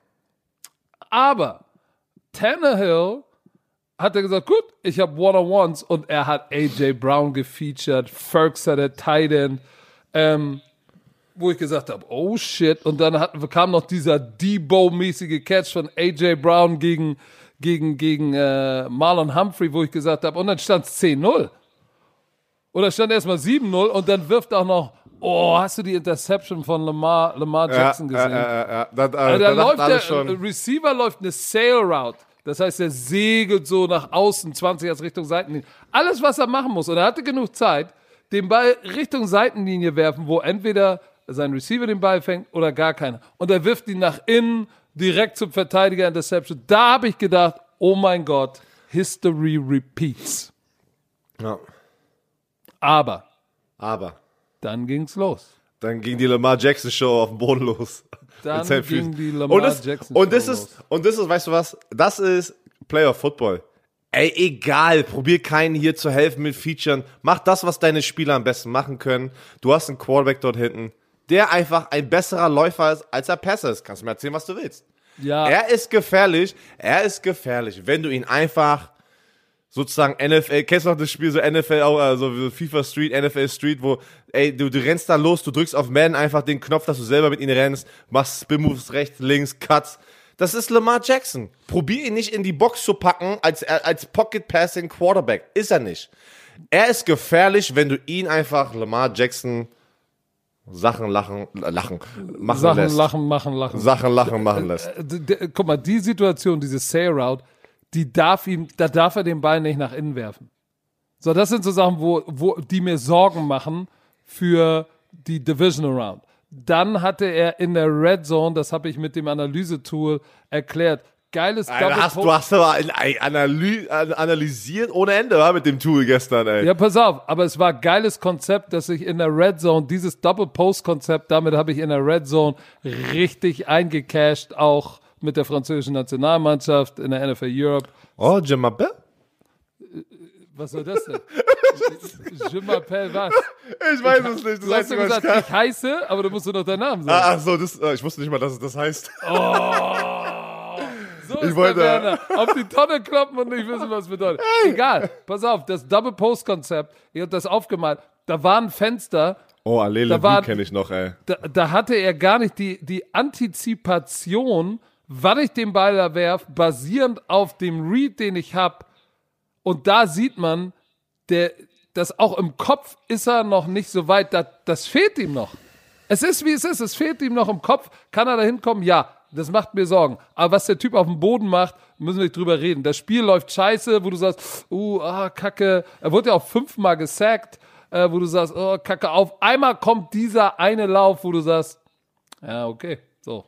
[SPEAKER 1] Tannehill hat er gesagt, gut, ich habe One-on-Ones und er hat A.J. Brown gefeatured, Ferguson hat der Tight End, wo ich gesagt habe, oh shit, und dann kam noch dieser Debo-mäßige Catch von A.J. Brown gegen Marlon Humphrey, wo ich gesagt habe, und dann stand es 10-0. Oder stand erstmal 7-0 und dann wirft auch noch, hast du die Interception von Lamar Jackson gesehen? Da läuft der Receiver läuft eine Sail Route. Das heißt, er segelt so nach außen, 20 als Richtung Seitenlinie. Alles, was er machen muss. Und er hatte genug Zeit, den Ball Richtung Seitenlinie werfen, wo entweder sein Receiver den Ball fängt oder gar keiner. Und er wirft ihn nach innen, direkt zum Verteidiger Interception. Da habe ich gedacht, oh mein Gott, History repeats.
[SPEAKER 2] Ja.
[SPEAKER 1] Aber. Dann ging's los.
[SPEAKER 2] Dann ging die Lamar Jackson Show auf dem Boden los.
[SPEAKER 1] Dann ging die Lamar Jackson Show los.
[SPEAKER 2] Und das ist, weißt du was? Das ist Playoff Football. Ey, egal, probier keinen hier zu helfen mit Featuren. Mach das, was deine Spieler am besten machen können. Du hast einen Quarterback dort hinten, der einfach ein besserer Läufer ist, als er Passer ist. Kannst du mir erzählen, was du willst.
[SPEAKER 1] Ja.
[SPEAKER 2] Er ist gefährlich, wenn du ihn einfach sozusagen NFL, kennst du noch das Spiel so NFL auch, also FIFA Street, NFL Street, wo, du rennst da los, du drückst auf Man einfach den Knopf, dass du selber mit ihm rennst, machst Spin-Moves rechts, links, Cuts. Das ist Lamar Jackson. Probier ihn nicht in die Box zu packen als Pocket-Passing Quarterback. Ist er nicht. Er ist gefährlich, wenn du ihn einfach, Lamar Jackson, Sachen machen lässt.
[SPEAKER 1] Guck mal, die Situation, diese Sail Route, da darf er den Ball nicht nach innen werfen. So, das sind so Sachen, wo die mir Sorgen machen für die Divisional Round. Dann hatte er in der Red Zone, das habe ich mit dem Analysetool erklärt, geiles Double-Post.
[SPEAKER 2] Du hast aber analysiert ohne Ende mit dem Tool gestern, ey.
[SPEAKER 1] Ja, pass auf, aber es war ein geiles Konzept, dass ich in der Red Zone, dieses Double-Post-Konzept, damit habe ich in der Red Zone richtig eingecashed, auch mit der französischen Nationalmannschaft in der NFL Europe.
[SPEAKER 2] Oh, je m'appelle?
[SPEAKER 1] Was soll das denn? Je m'appelle was?
[SPEAKER 2] Ich weiß es nicht.
[SPEAKER 1] Du hast ja gesagt, ich heiße, aber du musst doch deinen Namen sagen.
[SPEAKER 2] Ach so, ich wusste nicht mal, dass es das heißt.
[SPEAKER 1] Oh, so ist der Werner. Auf die Tonne kloppen und nicht wissen, was es bedeutet. Egal, pass auf, das Double-Post-Konzept, ich habe das aufgemalt, da war ein Fenster.
[SPEAKER 2] Oh, Alele, kenne ich noch, ey.
[SPEAKER 1] Da hatte er gar nicht die Antizipation, wann ich den Ball da werf, basierend auf dem Read, den ich habe. Und da sieht man, dass auch im Kopf ist er noch nicht so weit, das fehlt ihm noch. Es ist, wie es ist. Es fehlt ihm noch im Kopf. Kann er da hinkommen? Ja, das macht mir Sorgen. Aber was der Typ auf dem Boden macht, müssen wir nicht drüber reden. Das Spiel läuft scheiße, wo du sagst, Kacke. Er wurde ja auch 5-mal gesackt, wo du sagst, oh, Kacke. Auf einmal kommt dieser eine Lauf, wo du sagst, ja, okay, so.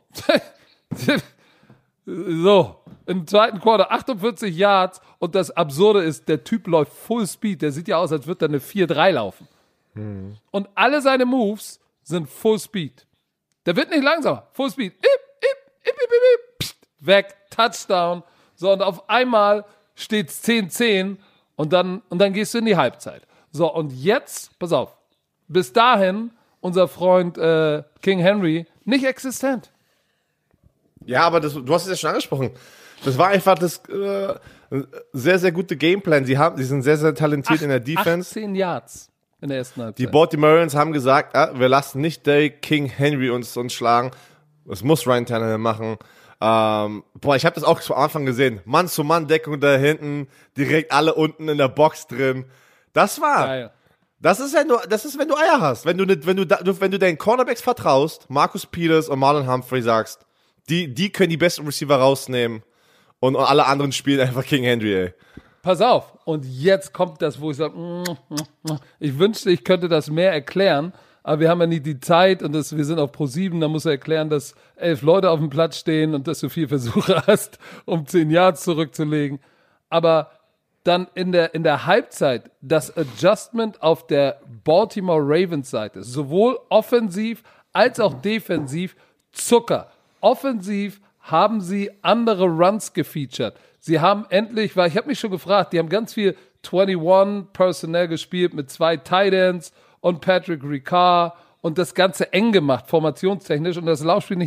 [SPEAKER 1] So, im zweiten Quarter 48 Yards und das Absurde ist, der Typ läuft Full Speed. Der sieht ja aus, als würde er eine 4-3 laufen. Und alle seine Moves sind Full Speed. Der wird nicht langsamer. Full Speed. Weg. Touchdown. So, und auf einmal steht's 10-10 und dann gehst du in die Halbzeit. So, und jetzt, pass auf, bis dahin unser Freund King Henry nicht existent.
[SPEAKER 2] Ja, aber du hast es ja schon angesprochen. Das war einfach das sehr, sehr gute Gameplan. Sie sind sehr, sehr talentiert in der Defense.
[SPEAKER 1] 18 Yards in der ersten Halbzeit.
[SPEAKER 2] Die Baltimoreans haben gesagt, wir lassen nicht Derrick King Henry uns schlagen. Das muss Ryan Tannehill machen. Ich habe das auch am Anfang gesehen. Mann-zu-Mann-Deckung da hinten, direkt alle unten in der Box drin. Das war... Geil. Das ist, wenn du Eier hast. Wenn du deinen Cornerbacks vertraust, Marcus Peters und Marlon Humphrey sagst, die können die besten Receiver rausnehmen und alle anderen spielen einfach King Henry, ey.
[SPEAKER 1] Pass auf, und jetzt kommt das, wo ich sage, ich wünschte, ich könnte das mehr erklären, aber wir haben ja nie die Zeit und wir sind auf Pro7, da muss er erklären, dass 11 Leute auf dem Platz stehen und dass du 4 Versuche hast, um 10 Yards zurückzulegen. Aber dann in der Halbzeit das Adjustment auf der Baltimore Ravens Seite, sowohl offensiv als auch defensiv, Zucker. Offensiv haben sie andere Runs gefeatured. Sie haben endlich, weil ich habe mich schon gefragt, die haben ganz viel 21 Personnel gespielt mit 2 Tight Ends und Patrick Ricard und das Ganze eng gemacht, formationstechnisch, und das Laufspiel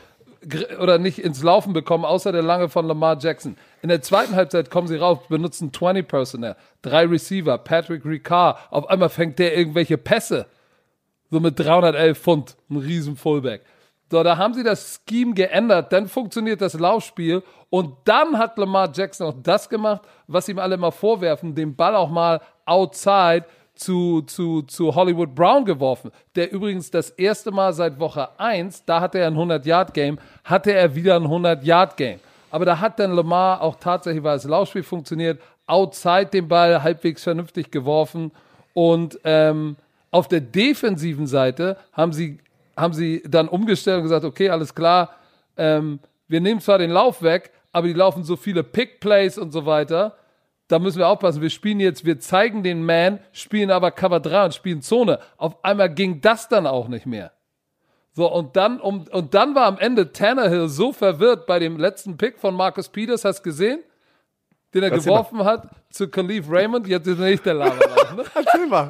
[SPEAKER 1] nicht ins Laufen bekommen, außer der Lange von Lamar Jackson. In der zweiten Halbzeit kommen sie rauf, benutzen 20 Personnel, 3 Receiver, Patrick Ricard, auf einmal fängt der irgendwelche Pässe, so mit 311 Pfund, ein riesen Fullback. So, da haben sie das Scheme geändert, dann funktioniert das Laufspiel und dann hat Lamar Jackson auch das gemacht, was ihm alle mal vorwerfen, den Ball auch mal outside zu Hollywood Brown geworfen, der übrigens das erste Mal seit Woche 1, da hatte er ein 100-Yard-Game, hatte er wieder ein 100-Yard-Game. Aber da hat dann Lamar auch tatsächlich, weil das Laufspiel funktioniert, outside den Ball halbwegs vernünftig geworfen und auf der defensiven Seite haben sie dann umgestellt und gesagt, okay, alles klar, wir nehmen zwar den Lauf weg, aber die laufen so viele Pick-Plays und so weiter, da müssen wir aufpassen, wir zeigen den Man, spielen aber Cover 3 und spielen Zone. Auf einmal ging das dann auch nicht mehr. So, und dann war am Ende Tannehill so verwirrt bei dem letzten Pick von Marcus Peters, hast du gesehen? Den er geworfen hat zu Khalif Raymond, jetzt ist nicht der Lava. Ne?
[SPEAKER 2] Erzähl mal.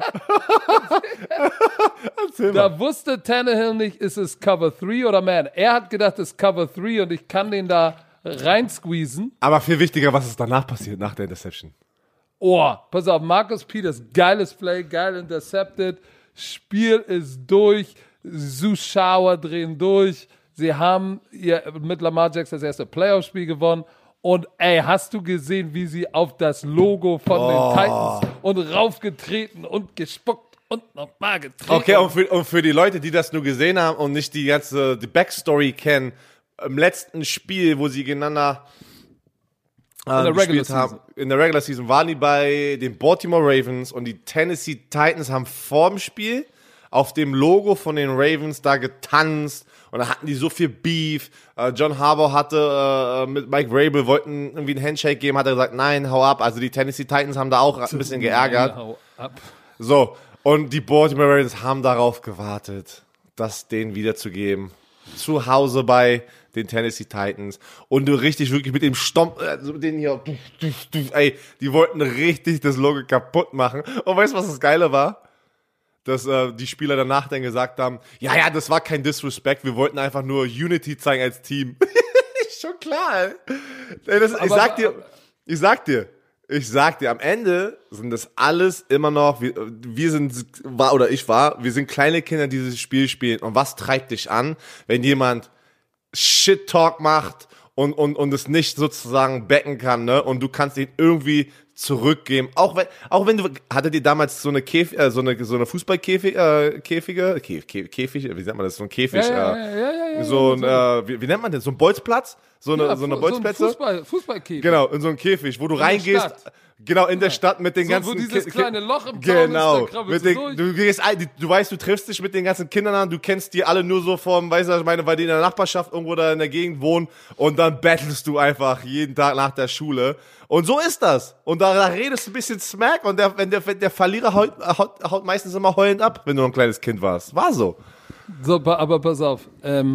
[SPEAKER 1] Da wusste Tannehill nicht, ist es Cover 3 oder Man. Er hat gedacht, es ist Cover 3 und ich kann den da reinsqueezen.
[SPEAKER 2] Aber viel wichtiger, was ist danach passiert, nach der Interception.
[SPEAKER 1] Oh, pass auf, Marcus Peters, geiles Play, geil intercepted, Spiel ist durch, Zuschauer drehen durch, sie haben mit Lamar Jackson das erste Playoff-Spiel gewonnen. Und ey, hast du gesehen, wie sie auf das Logo von den Titans und raufgetreten und gespuckt und nochmal getreten.
[SPEAKER 2] Okay, und für die Leute, die das nur gesehen haben und nicht die Backstory kennen, im letzten Spiel, wo sie gegeneinander gespielt haben, in der Regular Season, waren die bei den Baltimore Ravens und die Tennessee Titans haben vorm Spiel auf dem Logo von den Ravens da getanzt und da hatten die so viel Beef. John Harbaugh hatte mit Mike Vrabel, wollten irgendwie einen Handshake geben, hat er gesagt, nein, hau ab. Also die Tennessee Titans haben da auch ein bisschen geärgert. Hau ab. So, und die Baltimore Ravens haben darauf gewartet, das denen wiederzugeben. Zu Hause bei den Tennessee Titans. Und du richtig wirklich mit dem Stomp, den hier, ey, die wollten richtig das Logo kaputt machen. Und weißt du, was das Geile war? Dass die Spieler danach dann gesagt haben, ja, das war kein Disrespect, wir wollten einfach nur Unity zeigen als Team. Ist schon klar, ey. Ich sag dir, am Ende sind das alles immer noch, wir sind kleine Kinder, die dieses Spiel spielen. Und was treibt dich an, wenn jemand Shit-Talk macht und es nicht sozusagen backen kann, ne? Und du kannst ihn irgendwie zurückgeben. Auch wenn du, hattet ihr damals so eine so eine Fußballkäfige, Käfig, wie nennt man das, so ein Käfig, so ein, wie nennt man das, so ein Bolzplatz? So eine Bolzplätze?
[SPEAKER 1] So ein Fußballkäfig.
[SPEAKER 2] Genau, in so ein Käfig, wo du reingehst. Genau, in der Stadt mit den ganzen...
[SPEAKER 1] Wo dieses kleine Loch im Zaun
[SPEAKER 2] genau,
[SPEAKER 1] ist, da krabbelst du durch.
[SPEAKER 2] Du weißt, du triffst dich mit den ganzen Kindern an, du kennst die alle nur so vom, weißt du, ich meine, weil die in der Nachbarschaft irgendwo da in der Gegend wohnen und dann battlest du einfach jeden Tag nach der Schule. Und so ist das. Und da redest du ein bisschen Smack und der Verlierer haut meistens immer heulend ab, wenn du noch ein kleines Kind warst. War so.
[SPEAKER 1] So, aber pass auf.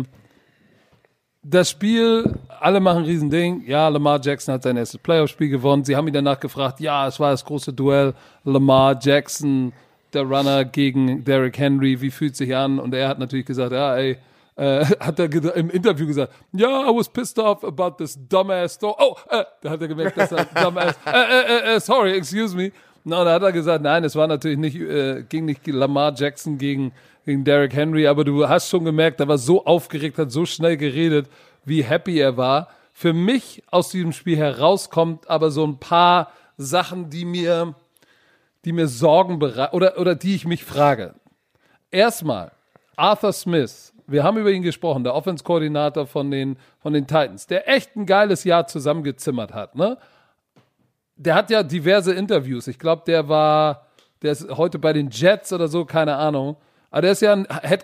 [SPEAKER 1] Das Spiel, alle machen ein Riesending. Ja, Lamar Jackson hat sein erstes Playoff-Spiel gewonnen. Sie haben ihn danach gefragt, ja, es war das große Duell. Lamar Jackson, der Runner gegen Derrick Henry, wie fühlt sich an? Und er hat natürlich gesagt, ja, ey, hat er im Interview gesagt, ja, I was pissed off about this dumbass story. Da hat er gemerkt, dass er dumbass, sorry, excuse me. No, da hat er gesagt, nein, es war natürlich nicht, ging nicht Lamar Jackson gegen Derrick Henry, aber du hast schon gemerkt, er war so aufgeregt, hat so schnell geredet, wie happy er war. Für mich aus diesem Spiel herauskommt aber so ein paar Sachen, die mir Sorgen bereiten, oder die ich mich frage. Erstmal, Arthur Smith, wir haben über ihn gesprochen, der Offense-Koordinator von den Titans, der echt ein geiles Jahr zusammengezimmert hat, ne? Der hat ja diverse Interviews. Ich glaube, der ist heute bei den Jets oder so, keine Ahnung. Aber der ist ja ein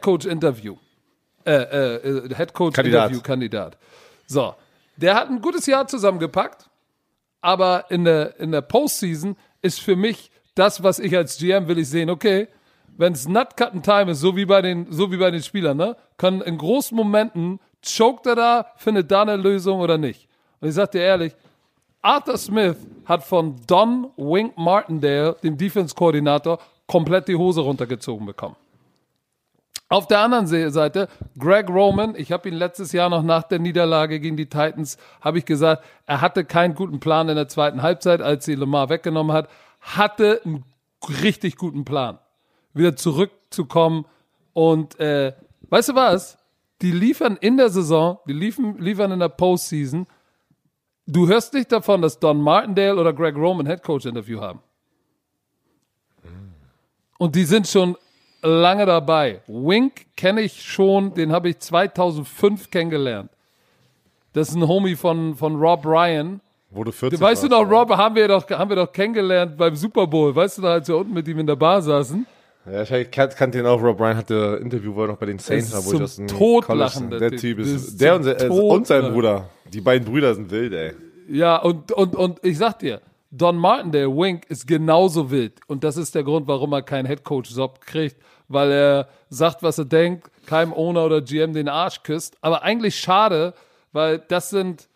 [SPEAKER 1] Headcoach-Interview-Kandidat. So, der hat ein gutes Jahr zusammengepackt, aber in der Postseason ist für mich das, was ich als GM will ich sehen, okay, wenn es Nut-Cut-Time ist, so wie bei den Spielern, ne, können in großen Momenten, choked er da, findet da eine Lösung oder nicht. Und ich sag dir ehrlich, Arthur Smith hat von Don Wink Martindale, dem Defense-Koordinator, komplett die Hose runtergezogen bekommen. Auf der anderen Seite, Greg Roman, ich habe ihn letztes Jahr noch nach der Niederlage gegen die Titans, habe ich gesagt, er hatte keinen guten Plan in der zweiten Halbzeit, als sie Lamar weggenommen hat, hatte einen richtig guten Plan, wieder zurückzukommen und weißt du was? Die liefern in der Saison, die liefern in der Postseason. Du hörst nicht davon, dass Don Martindale oder Greg Roman Headcoach-Interview haben. Und die sind schon lange dabei. Wink kenne ich schon, den habe ich 2005 kennengelernt. Das ist ein Homie von Rob Ryan.
[SPEAKER 2] Wo du 40
[SPEAKER 1] weißt du noch, Rob, haben wir doch kennengelernt beim Super Bowl. Weißt du noch, als wir unten mit ihm in der Bar saßen?
[SPEAKER 2] Ja, ich kannte ihn auch. Rob Ryan hatte ein Interview, wo er noch bei den Saints war, wo ich das ein
[SPEAKER 1] Totlachen.
[SPEAKER 2] Der Typ ist der und sein Bruder. Die beiden Brüder sind wild, ey.
[SPEAKER 1] Ja, und ich sag dir, Don Martindale, Wink, ist genauso wild. Und das ist der Grund, warum er keinen Headcoach-Job kriegt, weil er sagt, was er denkt, keinem Owner oder GM den Arsch küsst. Aber eigentlich schade, weil dass er den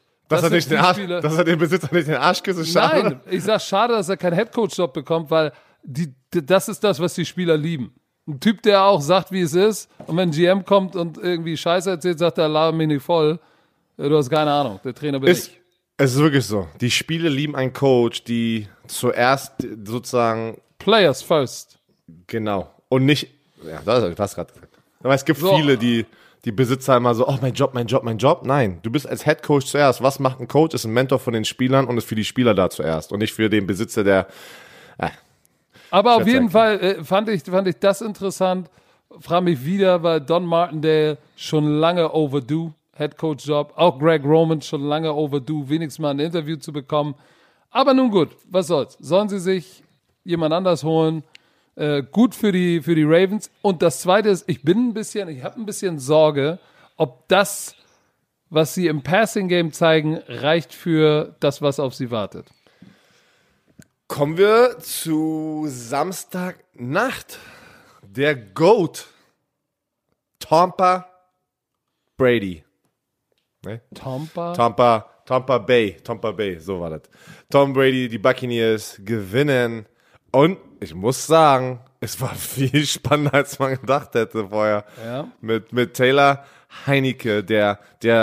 [SPEAKER 1] Besitzer nicht den Arsch küsst, ist schade. Nein, ich sag schade, dass er keinen Headcoach-Job bekommt, weil das ist das, was die Spieler lieben. Ein Typ, der auch sagt, wie es ist, und wenn ein GM kommt und irgendwie Scheiße erzählt, sagt er, laber mich nicht voll. Du hast keine Ahnung, der Trainer bin ich.
[SPEAKER 2] Es ist wirklich so. Die Spieler lieben einen Coach, die zuerst sozusagen...
[SPEAKER 1] Players first.
[SPEAKER 2] Genau. Und nicht... Ja, das hast du gerade gesagt. Aber es gibt viele, die Besitzer immer so, oh, mein Job. Nein, du bist als Head Coach zuerst. Was macht ein Coach? Ist ein Mentor von den Spielern und ist für die Spieler da zuerst. Und nicht für den Besitzer, der...
[SPEAKER 1] Aber auf jeden Fall fand ich das interessant. Frage mich wieder, weil Don Martindale schon lange overdue, Headcoach-Job. Auch Greg Roman schon lange overdue, wenigstens mal ein Interview zu bekommen. Aber nun gut, was soll's. Sollen sie sich jemand anders holen? Gut für die Ravens. Und das Zweite ist, ich habe ein bisschen Sorge, ob das, was sie im Passing-Game zeigen, reicht für das, was auf sie wartet.
[SPEAKER 2] Kommen wir zu Samstagnacht. Der GOAT. Tampa Brady. Ne? Tampa Bay, so war das. Tom Brady, die Buccaneers gewinnen. Und ich muss sagen, es war viel spannender, als man gedacht hätte vorher. Ja. Mit Taylor Heinicke, der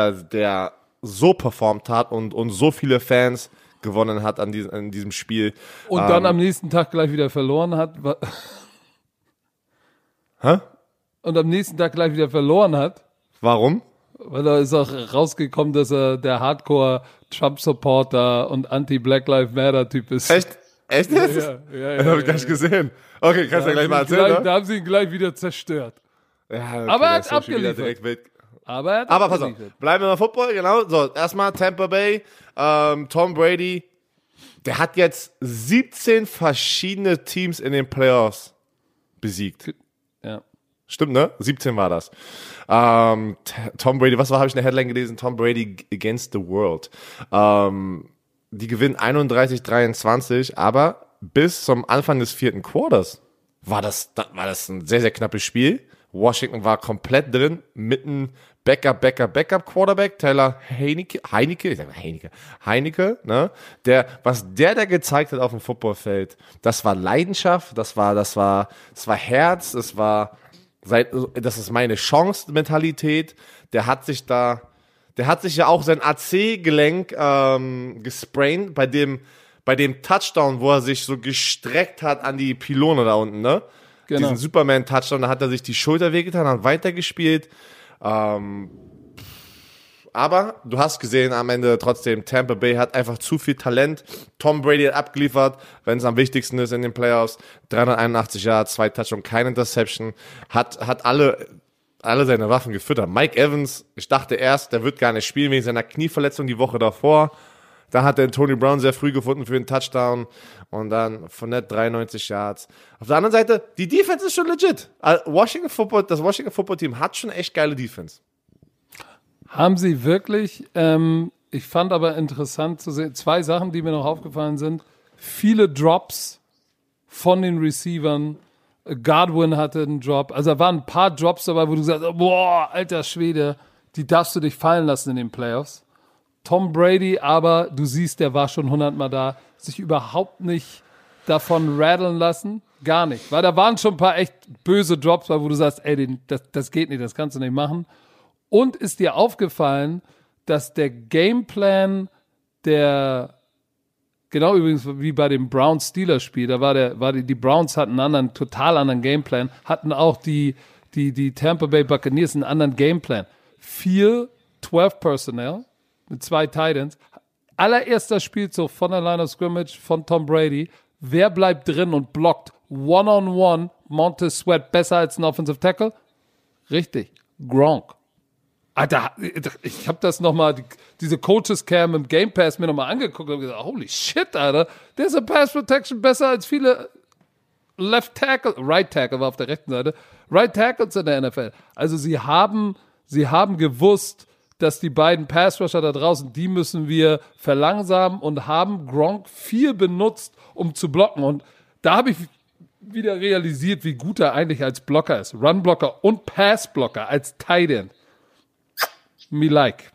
[SPEAKER 2] so performt hat und so viele Fans gewonnen hat an diesem Spiel.
[SPEAKER 1] Und dann am nächsten Tag gleich wieder verloren hat.
[SPEAKER 2] Hä?
[SPEAKER 1] Und am nächsten Tag gleich wieder verloren hat.
[SPEAKER 2] Warum?
[SPEAKER 1] Weil da ist auch rausgekommen, dass er der Hardcore-Trump-Supporter und Anti-Black Lives Matter-Typ ist.
[SPEAKER 2] Echt? Echt jetzt?
[SPEAKER 1] Ja,
[SPEAKER 2] das habe ich gar nicht gesehen. Okay, kannst du ja gleich mal erzählen.
[SPEAKER 1] Da haben sie ihn gleich wieder zerstört.
[SPEAKER 2] Ja, okay,
[SPEAKER 1] aber er hat abgeliefert.
[SPEAKER 2] Aber pass auf, bleiben wir mal Football, genau. So, erstmal Tampa Bay, Tom Brady, der hat jetzt 17 verschiedene Teams in den Playoffs besiegt.
[SPEAKER 1] Ja.
[SPEAKER 2] Stimmt, ne? 17 war das. Tom Brady, habe ich in der Headline gelesen? Tom Brady against the world. Die gewinnen 31-23, aber bis zum Anfang des 4. Quarters war das ein sehr, sehr knappes Spiel. Washington war komplett drin, mit einem Backup-Quarterback, Taylor Heineke, ne? Was der gezeigt hat auf dem Footballfeld, das war Leidenschaft, das war Herz, das ist meine Chance-Mentalität. Der hat sich ja auch sein AC-Gelenk gespraint bei dem Touchdown, wo er sich so gestreckt hat an die Pylone da unten, ne? Genau. Diesen Superman-Touchdown, da hat er sich die Schulter wehgetan, hat weitergespielt. Aber du hast gesehen, am Ende trotzdem, Tampa Bay hat einfach zu viel Talent. Tom Brady hat abgeliefert, wenn es am wichtigsten ist in den Playoffs. 381 Yards, 2 Touchdowns, keine Interception. Hat alle seine Waffen gefüttert. Mike Evans, ich dachte erst, der wird gar nicht spielen wegen seiner Knieverletzung die Woche davor. Da hat er Tony Brown sehr früh gefunden für einen Touchdown und dann von net 93 Yards. Auf der anderen Seite, die Defense ist schon legit. Das Washington Football Team hat schon echt geile Defense.
[SPEAKER 1] Haben sie wirklich. Ich fand aber interessant zu sehen, 2 Sachen, die mir noch aufgefallen sind. Viele Drops von den Receivern. Godwin hatte einen Drop. Also da waren ein paar Drops dabei, wo du sagst, boah, alter Schwede, die darfst du dich fallen lassen in den Playoffs. Tom Brady, aber du siehst, der war schon 100-mal da, sich überhaupt nicht davon rattlen lassen, gar nicht. Weil da waren schon ein paar echt böse Drops, wo du sagst, ey, das geht nicht, das kannst du nicht machen. Und ist dir aufgefallen, dass der Gameplan genau übrigens wie bei dem Browns-Steelers-Spiel, die Browns hatten einen total anderen Gameplan, hatten auch die Tampa Bay Buccaneers einen anderen Gameplan. 4 12 Personnel, mit 2 Titans. Allererster Spielzug von der Line of Scrimmage von Tom Brady. Wer bleibt drin und blockt One-on-One Montez Sweat besser als ein Offensive Tackle? Richtig, Gronk. Alter, ich habe das nochmal, diese Coaches-Cam im Game Pass mir nochmal angeguckt und gesagt, holy shit, Alter, der ist in Pass Protection besser als viele Right Tackle war auf der rechten Seite, Right Tackles in der NFL. Also sie haben gewusst, dass die beiden Pass-Rusher da draußen, die müssen wir verlangsamen und haben Gronk viel benutzt, um zu blocken. Und da habe ich wieder realisiert, wie gut er eigentlich als Blocker ist. Run-Blocker und Pass-Blocker als Tight End. Me like.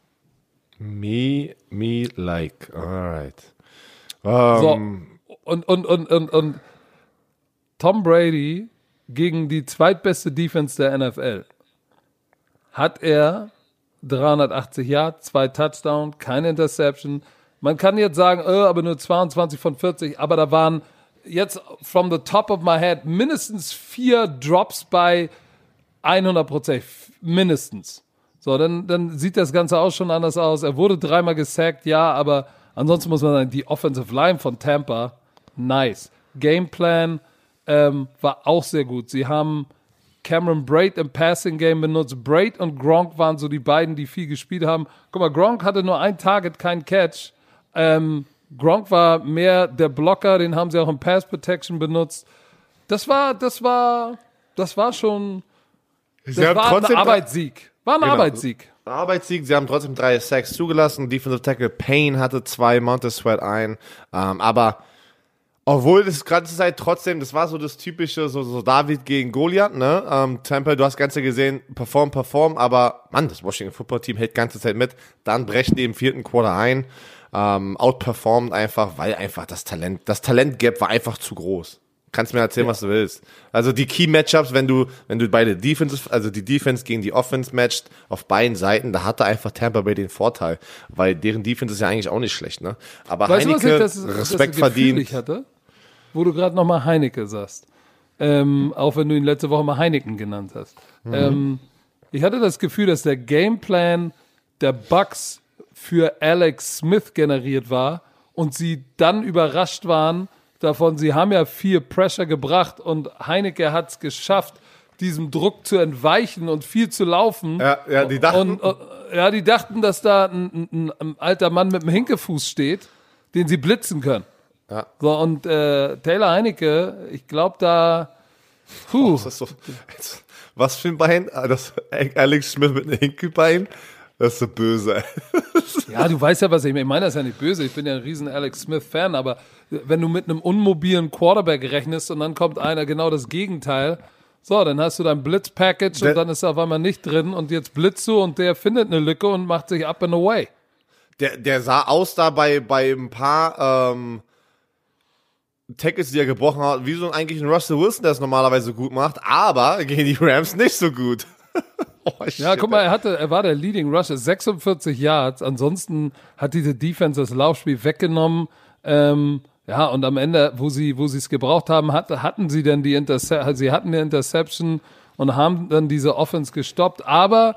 [SPEAKER 2] Me like. Alright.
[SPEAKER 1] So, und Tom Brady gegen die zweitbeste Defense der NFL hat er 380 Yards, 2 Touchdowns, keine Interception. Man kann jetzt sagen, aber nur 22 von 40, aber da waren jetzt from the top of my head mindestens 4 Drops bei 100%, mindestens. So, dann sieht das Ganze auch schon anders aus. Er wurde 3-mal gesackt, ja, aber ansonsten muss man sagen, die Offensive Line von Tampa, nice. Gameplan war auch sehr gut. Sie haben Cameron Braid im Passing Game benutzt. Braid und Gronk waren so die beiden, die viel gespielt haben. Guck mal, Gronk hatte nur ein Target, kein Catch. Gronk war mehr der Blocker, den haben sie auch im Pass Protection benutzt. Das war schon ein Arbeitssieg. Arbeitssieg.
[SPEAKER 2] Arbeitssieg, sie haben trotzdem 3 Sacks zugelassen. Defensive Tackle Payne hatte 2, Montez Sweat 1. Aber obwohl das ganze Zeit trotzdem, das war so das typische, so David gegen Goliath, ne? Temple, du hast ganze gesehen, perform, aber Mann, das Washington Football Team hält ganze Zeit mit. Dann brechen die im 4. Quarter ein, outperformt einfach, weil einfach das Talent-Gap war einfach zu groß. Kannst mir erzählen, was du willst. Also die Key-Matchups, wenn du beide Defenses, also die Defense gegen die Offense matcht, auf beiden Seiten, da hatte einfach Tampa Bay den Vorteil, weil deren Defense ist ja eigentlich auch nicht schlecht, ne? Aber
[SPEAKER 1] weißt
[SPEAKER 2] Heineke,
[SPEAKER 1] Respekt verdient. Ich hatte, wo du gerade nochmal Heineke sagst, auch wenn du ihn letzte Woche mal Heineken genannt hast. Ich hatte das Gefühl, dass der Gameplan der Bucks für Alex Smith generiert war und sie dann überrascht waren, davon, sie haben ja viel Pressure gebracht und Heineke hat es geschafft, diesem Druck zu entweichen und viel zu laufen.
[SPEAKER 2] Ja, die dachten...
[SPEAKER 1] die dachten, dass da ein alter Mann mit einem Hinkefuß steht, den sie blitzen können.
[SPEAKER 2] Ja.
[SPEAKER 1] So, und Taylor Heineke, ich glaube da...
[SPEAKER 2] Was für ein Bein? Das Alex Smith mit einem Hinkelbein? Das ist so böse.
[SPEAKER 1] Ja, du weißt ja, was ich meine. Das ist ja nicht böse. Ich bin ja ein riesen Alex Smith-Fan, aber wenn du mit einem unmobilen Quarterback rechnest und dann kommt einer genau das Gegenteil, so, dann hast du dein Blitz-Package und dann ist er auf einmal nicht drin und jetzt blitzt du und der findet eine Lücke und macht sich up and away.
[SPEAKER 2] Der sah aus da bei ein paar Tackles, die er gebrochen hat, wie so eigentlich ein Russell Wilson, der es normalerweise gut macht, aber gegen die Rams nicht so gut.
[SPEAKER 1] Ja, guck mal, er war der Leading Rusher, 46 Yards, ansonsten hat diese Defense das Laufspiel weggenommen, und am Ende, wo sie es gebraucht haben, hatten sie dann die Interception und haben dann diese Offense gestoppt, aber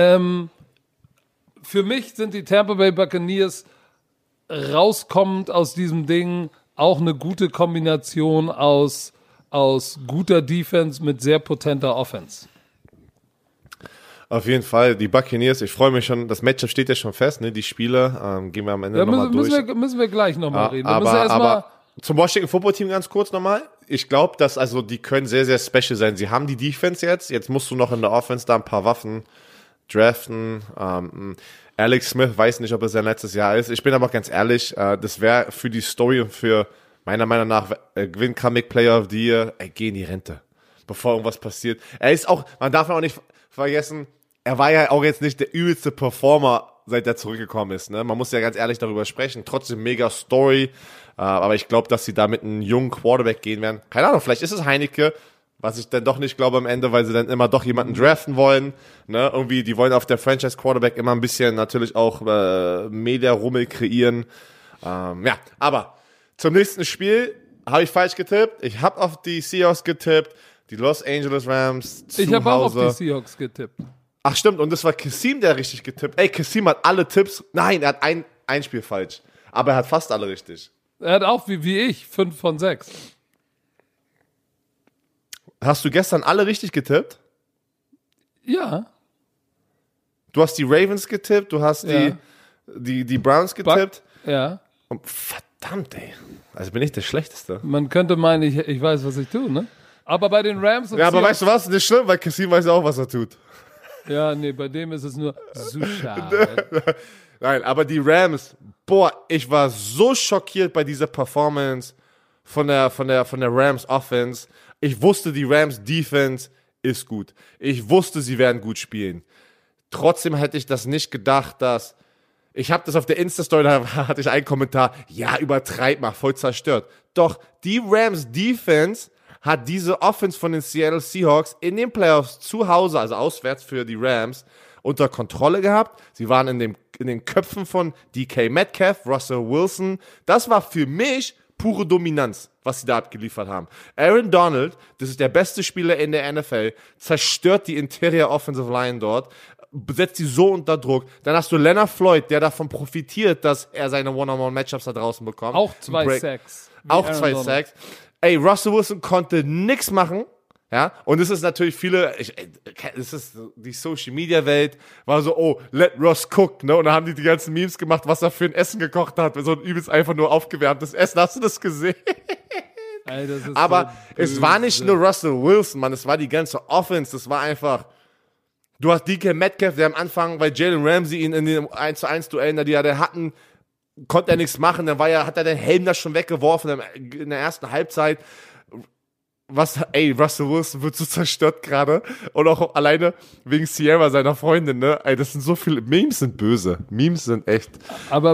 [SPEAKER 1] für mich sind die Tampa Bay Buccaneers rauskommend aus diesem Ding auch eine gute Kombination aus guter Defense mit sehr potenter Offense.
[SPEAKER 2] Auf jeden Fall, die Buccaneers, ich freue mich schon, das Matchup steht ja schon fest, ne? Die Spiele, gehen wir am Ende nochmal durch.
[SPEAKER 1] Müssen wir gleich nochmal reden.
[SPEAKER 2] Aber zum Washington Football Team ganz kurz nochmal. Ich glaube, dass die können sehr, sehr special sein. Sie haben die Defense jetzt musst du noch in der Offense da ein paar Waffen draften. Alex Smith, weiß nicht, ob es sein letztes Jahr ist. Ich bin aber auch ganz ehrlich, das wäre für die Story und für meiner Meinung nach Gewinn Comic Player of the Year, geh in die Rente, bevor irgendwas passiert. Er ist auch, man darf auch nicht vergessen, er war ja auch jetzt nicht der übelste Performer, seit er zurückgekommen ist. Ne? Man muss ja ganz ehrlich darüber sprechen. Trotzdem mega Story. Aber ich glaube, dass sie da mit einem jungen Quarterback gehen werden. Keine Ahnung, vielleicht ist es Heineke, was ich dann doch nicht glaube am Ende, weil sie dann immer doch jemanden draften wollen. Ne? Irgendwie, die wollen auf der Franchise Quarterback immer ein bisschen natürlich auch Media-Rummel kreieren. Aber zum nächsten Spiel habe ich falsch getippt. Ich habe auf die Seahawks getippt. Die Los Angeles Rams zu Hause.
[SPEAKER 1] Ich habe auch auf die Seahawks getippt.
[SPEAKER 2] Ach stimmt, und das war Kassim, der richtig getippt. Kassim hat alle Tipps. Nein, er hat ein Spiel falsch. Aber er hat fast alle richtig.
[SPEAKER 1] Er hat auch, wie ich, 5 von 6.
[SPEAKER 2] Hast du gestern alle richtig getippt?
[SPEAKER 1] Ja.
[SPEAKER 2] Du hast die Ravens getippt, du hast die Browns getippt.
[SPEAKER 1] Ja.
[SPEAKER 2] Und verdammt, ey. Also bin ich der Schlechteste.
[SPEAKER 1] Man könnte meinen, ich weiß, was ich tue, ne? Aber bei den Rams und
[SPEAKER 2] ja, aber weißt du was? Nicht schlimm, weil Kassim weiß ja auch, was er tut.
[SPEAKER 1] Ja, nee, bei dem ist es nur so schade.
[SPEAKER 2] Nein, aber die Rams, ich war so schockiert bei dieser Performance von der Rams Offense. Ich wusste, die Rams Defense ist gut. Ich wusste, sie werden gut spielen. Trotzdem hätte ich das nicht gedacht, ich habe das auf der Insta-Story, da hatte ich einen Kommentar, ja, übertreib mal, voll zerstört. Doch die Rams Defense hat diese Offense von den Seattle Seahawks in den Playoffs zu Hause, also auswärts für die Rams, unter Kontrolle gehabt. Sie waren in den Köpfen von DK Metcalf, Russell Wilson. Das war für mich pure Dominanz, was sie da abgeliefert haben. Aaron Donald, das ist der beste Spieler in der NFL, zerstört die Interior Offensive Line dort, setzt sie so unter Druck. Dann hast du Leonard Floyd, der davon profitiert, dass er seine One-on-One-Matchups da draußen bekommt.
[SPEAKER 1] Auch 2 Sacks.
[SPEAKER 2] Auch 2 Sacks. Ey, Russell Wilson konnte nichts machen, ja, und es ist natürlich es ist die Social-Media-Welt, war so, let Russ cook, ne, und da haben die ganzen Memes gemacht, was er für ein Essen gekocht hat, so ein übelst einfach nur aufgewärmtes Essen, hast du das gesehen?
[SPEAKER 1] Ey, das ist
[SPEAKER 2] aber
[SPEAKER 1] so
[SPEAKER 2] es war nicht nur Russell Wilson, Mann, es war die ganze Offense, das war einfach, du hast DK Metcalf, der am Anfang, weil Jalen Ramsey ihn in den 1-1 Duellen, die er hatten, konnte er nichts machen, dann hat er den Helm da schon weggeworfen in der ersten Halbzeit. Russell Wilson wird so zerstört gerade und auch alleine wegen Sierra, seiner Freundin, ne? Ey, das sind so viele, Memes sind böse, Memes sind echt.
[SPEAKER 1] Aber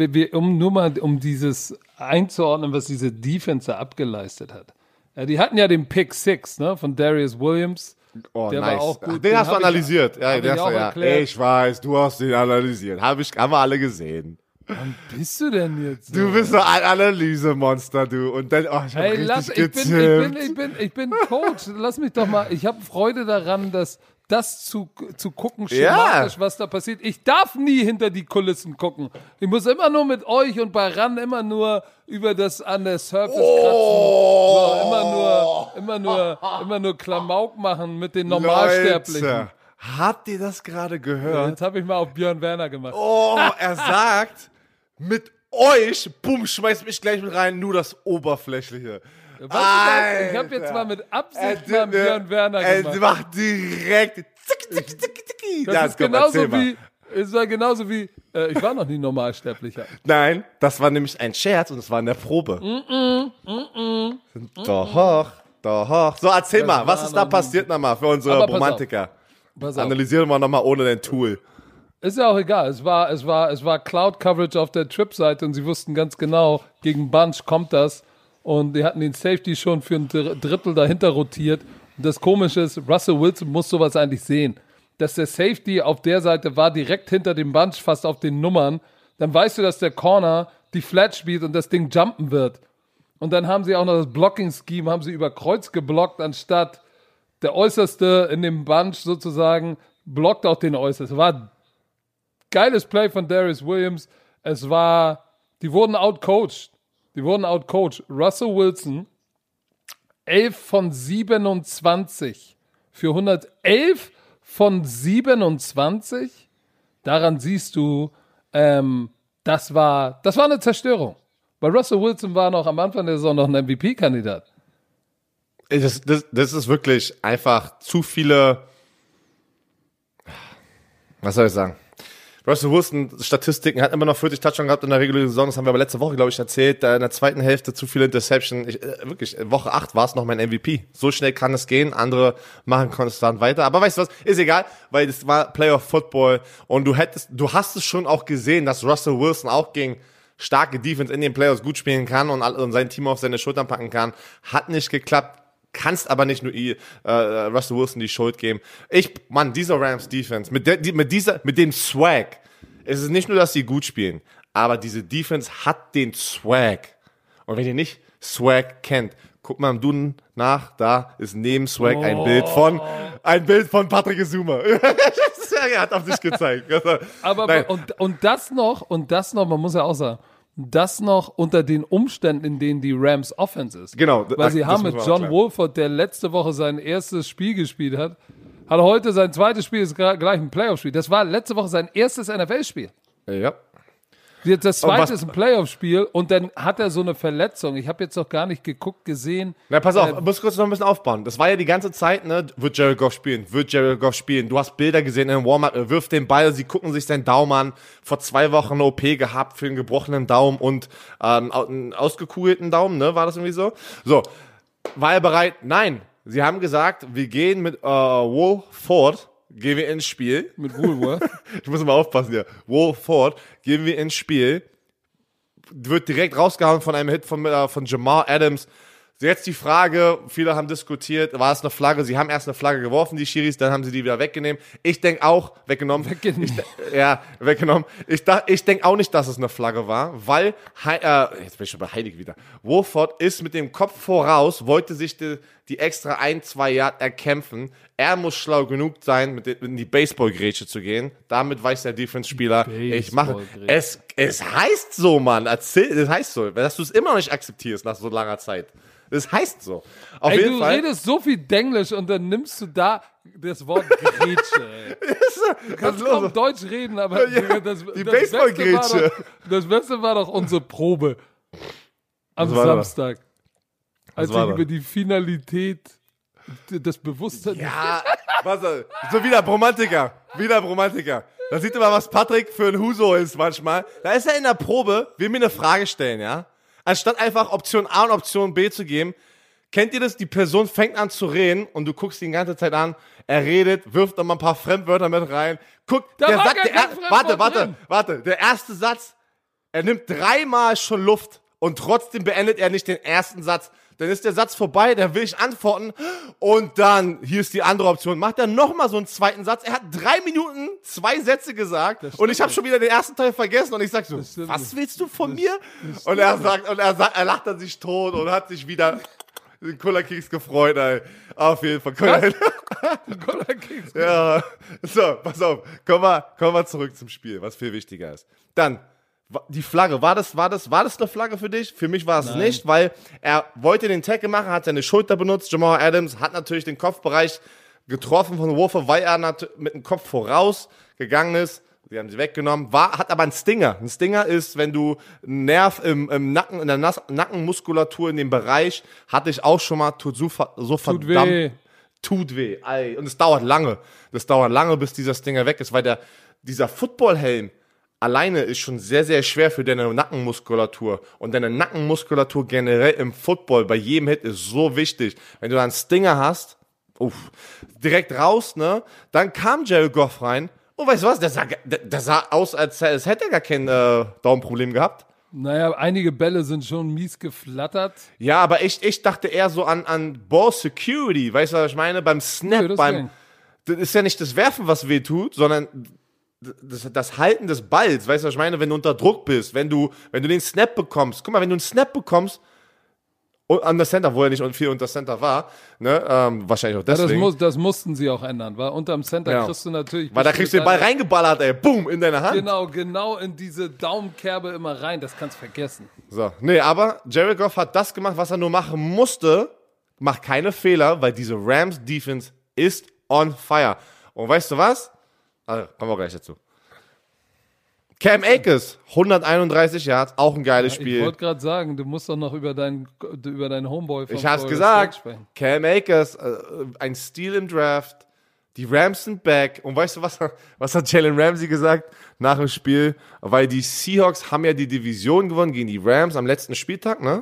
[SPEAKER 1] um dieses einzuordnen, was diese Defense abgeleistet hat. Ja, die hatten ja den Pick 6, ne, von Darius Williams.
[SPEAKER 2] Oh,
[SPEAKER 1] der
[SPEAKER 2] nice.
[SPEAKER 1] war auch gut.
[SPEAKER 2] Den hast du analysiert.
[SPEAKER 1] Ich
[SPEAKER 2] weiß, du hast den analysiert. Haben wir alle gesehen.
[SPEAKER 1] Wann bist du denn jetzt?
[SPEAKER 2] Du bist so ein Analysemonster, du. Und dann, ich hab richtig getippt.
[SPEAKER 1] Ich bin Coach. Lass mich doch mal. Ich habe Freude daran, dass das zu gucken, schematisch, was da passiert. Ich darf nie hinter die Kulissen gucken. Ich muss immer nur mit euch und bei RAN immer nur über das an der Surface kratzen. So, immer nur Klamauk machen mit den Normalsterblichen.
[SPEAKER 2] Leute, habt ihr das gerade gehört?
[SPEAKER 1] Jetzt habe ich mal auf Björn Werner gemacht.
[SPEAKER 2] Oh, er sagt, mit euch, bumm, schmeißt mich gleich mit rein, nur das Oberflächliche.
[SPEAKER 1] Weißt du was? Ich habe jetzt mal mit Absicht mal Björn Werner gemacht.
[SPEAKER 2] Er macht direkt zick.
[SPEAKER 1] Es war genauso wie, ich war noch nie Normalsterblicher.
[SPEAKER 2] Nein, das war nämlich ein Scherz und es war in der Probe. Doch. So, erzähl mal, was ist da passiert nochmal für unsere Romantiker? Analysieren wir nochmal ohne dein Tool.
[SPEAKER 1] Ist ja auch egal. Es war Cloud-Coverage auf der Trip-Seite und sie wussten ganz genau, gegen Bunch kommt das. Und die hatten den Safety schon für ein Drittel dahinter rotiert. Und das Komische ist, Russell Wilson muss sowas eigentlich sehen. Dass der Safety auf der Seite war, direkt hinter dem Bunch, fast auf den Nummern. Dann weißt du, dass der Corner die Flat spielt und das Ding jumpen wird. Und dann haben sie auch noch das Blocking-Scheme, haben sie über Kreuz geblockt, anstatt der Äußerste in dem Bunch sozusagen blockt auch den Äußersten. War ein geiles Play von Darius Williams. Die wurden outcoached. Russell Wilson, 11 von 27 für 111 von 27. Daran siehst du, das war eine Zerstörung. Weil Russell Wilson war noch am Anfang der Saison noch ein MVP-Kandidat.
[SPEAKER 2] Das ist wirklich einfach zu viele, was soll ich sagen? Russell Wilson, Statistiken, hat immer noch 40 Touchdowns gehabt in der regulären Saison, das haben wir aber letzte Woche, glaube ich, erzählt, da in der zweiten Hälfte zu viele Interception. Wirklich, Woche 8 war es noch mein MVP. So schnell kann es gehen, andere machen konstant weiter, aber weißt du was, ist egal, weil es war Playoff Football und du hast es schon auch gesehen, dass Russell Wilson auch gegen starke Defense in den Playoffs gut spielen kann und sein Team auf seine Schultern packen kann. Hat nicht geklappt. Kannst aber nicht nur Russell Wilson die Schuld geben. Dieser Rams-Defense, mit dem Swag, es ist nicht nur, dass sie gut spielen, aber diese Defense hat den Swag. Und wenn ihr nicht Swag kennt, guckt mal im Duden nach, da ist neben Swag ein Bild von Patrick Azuma. Er hat auf dich gezeigt.
[SPEAKER 1] Aber und das noch, man muss ja auch sagen, das noch unter den Umständen, in denen die Rams Offense ist.
[SPEAKER 2] Genau.
[SPEAKER 1] Weil sie haben mit John Wolford, der letzte Woche sein erstes Spiel gespielt hat heute sein zweites Spiel, ist gleich ein Playoff-Spiel. Das war letzte Woche sein erstes NFL-Spiel.
[SPEAKER 2] Ja.
[SPEAKER 1] Jetzt das zweite ist ein Playoff-Spiel und dann hat er so eine Verletzung. Ich habe jetzt noch gar nicht geguckt,
[SPEAKER 2] Na, pass auf, muss kurz noch ein bisschen aufbauen. Das war ja die ganze Zeit, ne, wird Jared Goff spielen. Du hast Bilder gesehen im Warm-Up, er wirft den Ball, sie gucken sich seinen Daumen an. Vor 2 Wochen eine OP gehabt für einen gebrochenen Daumen und einen ausgekugelten Daumen, ne, war das irgendwie so? So, war er bereit? Nein. Sie haben gesagt, wir gehen mit Wolford, gehen wir ins Spiel.
[SPEAKER 1] Mit Woolworth.
[SPEAKER 2] Ich muss mal aufpassen hier. Wolford, gehen wir ins Spiel. Wird direkt rausgehauen von einem Hit von Jamal Adams. Jetzt die Frage, viele haben diskutiert, war es eine Flagge? Sie haben erst eine Flagge geworfen, die Schiris, dann haben sie die wieder weggenommen. Ich denke auch, weggenommen. Weggenommen. Ich denke auch nicht, dass es eine Flagge war, weil, jetzt bin ich schon bei Heilig wieder. Wolford ist mit dem Kopf voraus, wollte sich die extra 1-2 Yard erkämpfen. Er muss schlau genug sein, in die Baseballgrätsche zu gehen. Damit weiß der Defense-Spieler, ich mache. Es heißt so, Mann. Es heißt so, dass du es immer noch nicht akzeptierst nach so langer Zeit. Das heißt so. Auf jeden Fall.
[SPEAKER 1] Du redest so viel Denglisch und dann nimmst du da das Wort Grätsche. Du kannst kaum Deutsch reden, aber
[SPEAKER 2] die Baseballgrätsche.
[SPEAKER 1] Das Beste war doch unsere Probe am Samstag. Als wir über die Finalität des Bewusstseins...
[SPEAKER 2] Ja, so wieder Romantiker. Da sieht man, was Patrick für ein Huso ist manchmal. Da ist er in der Probe, will mir eine Frage stellen, ja? Anstatt einfach Option A und Option B zu geben, kennt ihr das? Die Person fängt an zu reden und du guckst ihn die ganze Zeit an, er redet, wirft nochmal ein paar Fremdwörter mit rein. Guck, der sagt, der erste Satz, er nimmt 3-mal schon Luft und trotzdem beendet er nicht den ersten Satz. Dann ist der Satz vorbei, dann will ich antworten und dann, hier ist die andere Option, macht er nochmal so einen zweiten Satz. Er hat 3 Minuten 2 Sätze gesagt und ich habe schon wieder den ersten Teil vergessen und ich sag so, was willst du von mir? Und er lacht dann sich tot und hat sich wieder, Den Cola-Keks gefreut, ey. Auf jeden Fall.
[SPEAKER 1] Cola-Keks.
[SPEAKER 2] Ja. So, pass auf. Kommen wir zurück zum Spiel, was viel wichtiger ist. Dann, die Flagge. War das eine Flagge für dich? Für mich war es nicht, weil er wollte den Tackle machen, hat seine Schulter benutzt. Jamal Adams hat natürlich den Kopfbereich getroffen von Wolfer, weil er mit dem Kopf voraus gegangen ist. Die haben sie weggenommen. Hat aber einen Stinger. Ein Stinger ist, wenn du einen Nerv im Nacken, in der Nackenmuskulatur in dem Bereich, hatte ich auch schon mal, tut verdammt. Tut weh. Und es dauert lange. Bis dieser Stinger weg ist, weil dieser Footballhelm alleine ist schon sehr, sehr schwer für deine Nackenmuskulatur. Und deine Nackenmuskulatur generell im Football bei jedem Hit ist so wichtig. Wenn du da einen Stinger hast, direkt raus, ne? Dann kam Jared Goff rein. Und weißt du was, der sah aus, als hätte er gar kein Daumenproblem gehabt.
[SPEAKER 1] Naja, einige Bälle sind schon mies geflattert.
[SPEAKER 2] Ja, aber ich dachte eher so an Ball Security. Weißt du, was ich meine? Beim Snap, das ist ja nicht das Werfen, was weh tut, sondern das Halten des Balls. Weißt du, was ich meine? Wenn du unter Druck bist, wenn du den Snap bekommst. Guck mal, wenn du einen Snap bekommst, an der Center, wo er nicht viel unter Center war, ne, wahrscheinlich auch deswegen.
[SPEAKER 1] Ja, das mussten sie auch ändern, weil unterm Center kriegst du natürlich...
[SPEAKER 2] Weil da kriegst du den Ball reingeballert, ey, boom, in deine Hand.
[SPEAKER 1] Genau in diese Daumenkerbe immer rein, das kannst du vergessen.
[SPEAKER 2] So, nee, aber Jared Goff hat das gemacht, was er nur machen musste, macht keine Fehler, weil diese Rams-Defense ist on fire. Und weißt du was? Also, kommen wir gleich dazu. Cam Akers, 131 Yards, auch ein geiles Spiel.
[SPEAKER 1] Ich wollte gerade sagen, du musst doch noch über deinen Homeboy von
[SPEAKER 2] Ich hab's gesagt. Cam Akers, ein Steal im Draft. Die Rams sind back. Und weißt du, was hat Jalen Ramsey gesagt nach dem Spiel? Weil die Seahawks haben ja die Division gewonnen gegen die Rams am letzten Spieltag, ne?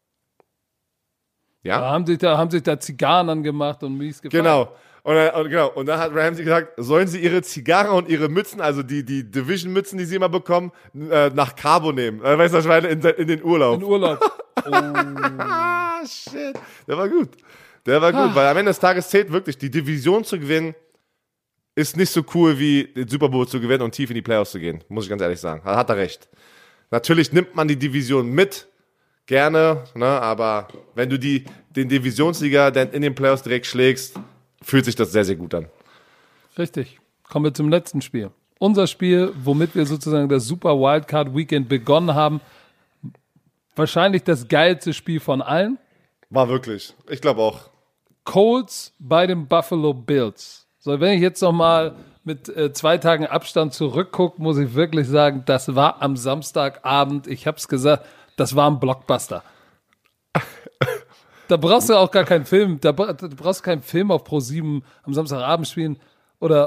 [SPEAKER 2] Ja.
[SPEAKER 1] Da haben sich da Zigarren angemacht und mies gefallen.
[SPEAKER 2] Genau. Und dann hat Ramsey gesagt, sollen sie ihre Zigarre und ihre Mützen, also die Division-Mützen, die sie immer bekommen, nach Cabo nehmen. Weißt du, was ich meine? In den Urlaub.
[SPEAKER 1] In Urlaub.
[SPEAKER 2] Oh. Shit. Der war gut, weil am Ende des Tages zählt wirklich, die Division zu gewinnen, ist nicht so cool wie den Super Bowl zu gewinnen und tief in die Playoffs zu gehen. Muss ich ganz ehrlich sagen. Hat er recht. Natürlich nimmt man die Division mit, gerne, ne? Aber wenn du den Divisionssieger dann in den Playoffs direkt schlägst, fühlt sich das sehr, sehr gut an.
[SPEAKER 1] Richtig. Kommen wir zum letzten Spiel. Unser Spiel, womit wir sozusagen das Super Wildcard Weekend begonnen haben. Wahrscheinlich das geilste Spiel von allen.
[SPEAKER 2] War wirklich. Ich glaube auch.
[SPEAKER 1] Colts bei den Buffalo Bills. So, wenn ich jetzt nochmal mit 2 Tagen Abstand zurückgucke, muss ich wirklich sagen, das war am Samstagabend, ich hab's gesagt, das war ein Blockbuster. Da brauchst du auch gar keinen Film. Du brauchst keinen Film auf Pro7 am Samstagabend spielen. Oder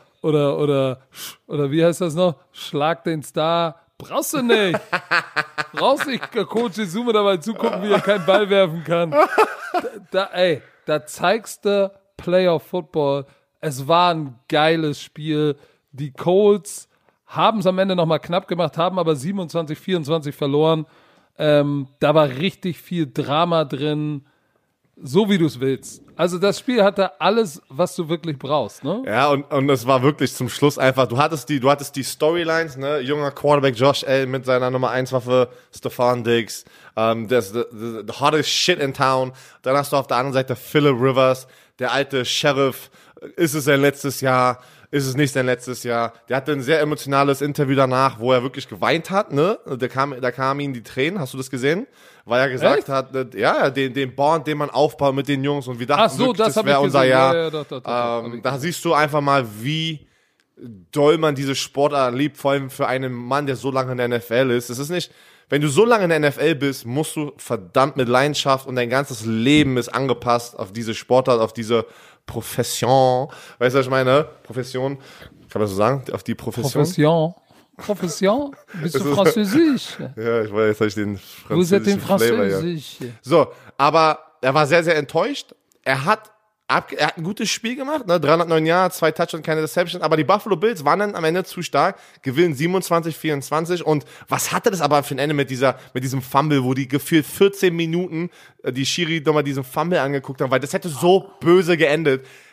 [SPEAKER 1] wie heißt das noch? Schlag den Star. Brauchst du nicht. Brauchst nicht Coach Izume dabei zugucken, wie er keinen Ball werfen kann. Da zeigst du Playoff Football. Es war ein geiles Spiel. Die Colts haben es am Ende nochmal knapp gemacht, haben aber 27-24 verloren. Da war richtig viel Drama drin, so wie du es willst. Also das Spiel hatte alles, was du wirklich brauchst, ne?
[SPEAKER 2] Ja, und es war wirklich zum Schluss einfach, du hattest die Storylines, ne? Junger Quarterback Josh Allen mit seiner Nummer 1 Waffe, Stefan Diggs, the hottest shit in town. Dann hast du auf der anderen Seite Phillip Rivers, der alte Sheriff. Ist es sein letztes Jahr? Ist es nicht sein letztes Jahr? Der hatte ein sehr emotionales Interview danach, wo er wirklich geweint hat, ne? Da kamen ihm die Tränen, hast du das gesehen? Weil er gesagt hat, den Bond, den man aufbaut mit den Jungs und wir dachten wirklich, das wäre unser Jahr. Ja, doch, da siehst du einfach mal, wie doll man diese Sportart liebt, vor allem für einen Mann, der so lange in der NFL ist. Es ist nicht, wenn du so lange in der NFL bist, musst du verdammt mit Leidenschaft und dein ganzes Leben ist angepasst auf diese Sportart, auf diese Profession. Weißt du, was ich meine? Profession. Kann man so sagen? Auf die Profession.
[SPEAKER 1] Profession? Bist du Französisch?
[SPEAKER 2] Ja, ich weiß, jetzt habe ich den
[SPEAKER 1] französischen
[SPEAKER 2] Flavor. Ja. So, aber er war sehr, sehr enttäuscht. Er hat ein gutes Spiel gemacht, ne? 309 Yards, 2 Touchdowns, keine Deception, aber die Buffalo Bills waren dann am Ende zu stark, gewinnen 27-24 und was hatte das aber für ein Ende mit diesem Fumble, wo die gefühlt 14 Minuten die Schiri nochmal diesen Fumble angeguckt haben, weil das hätte so böse geendet.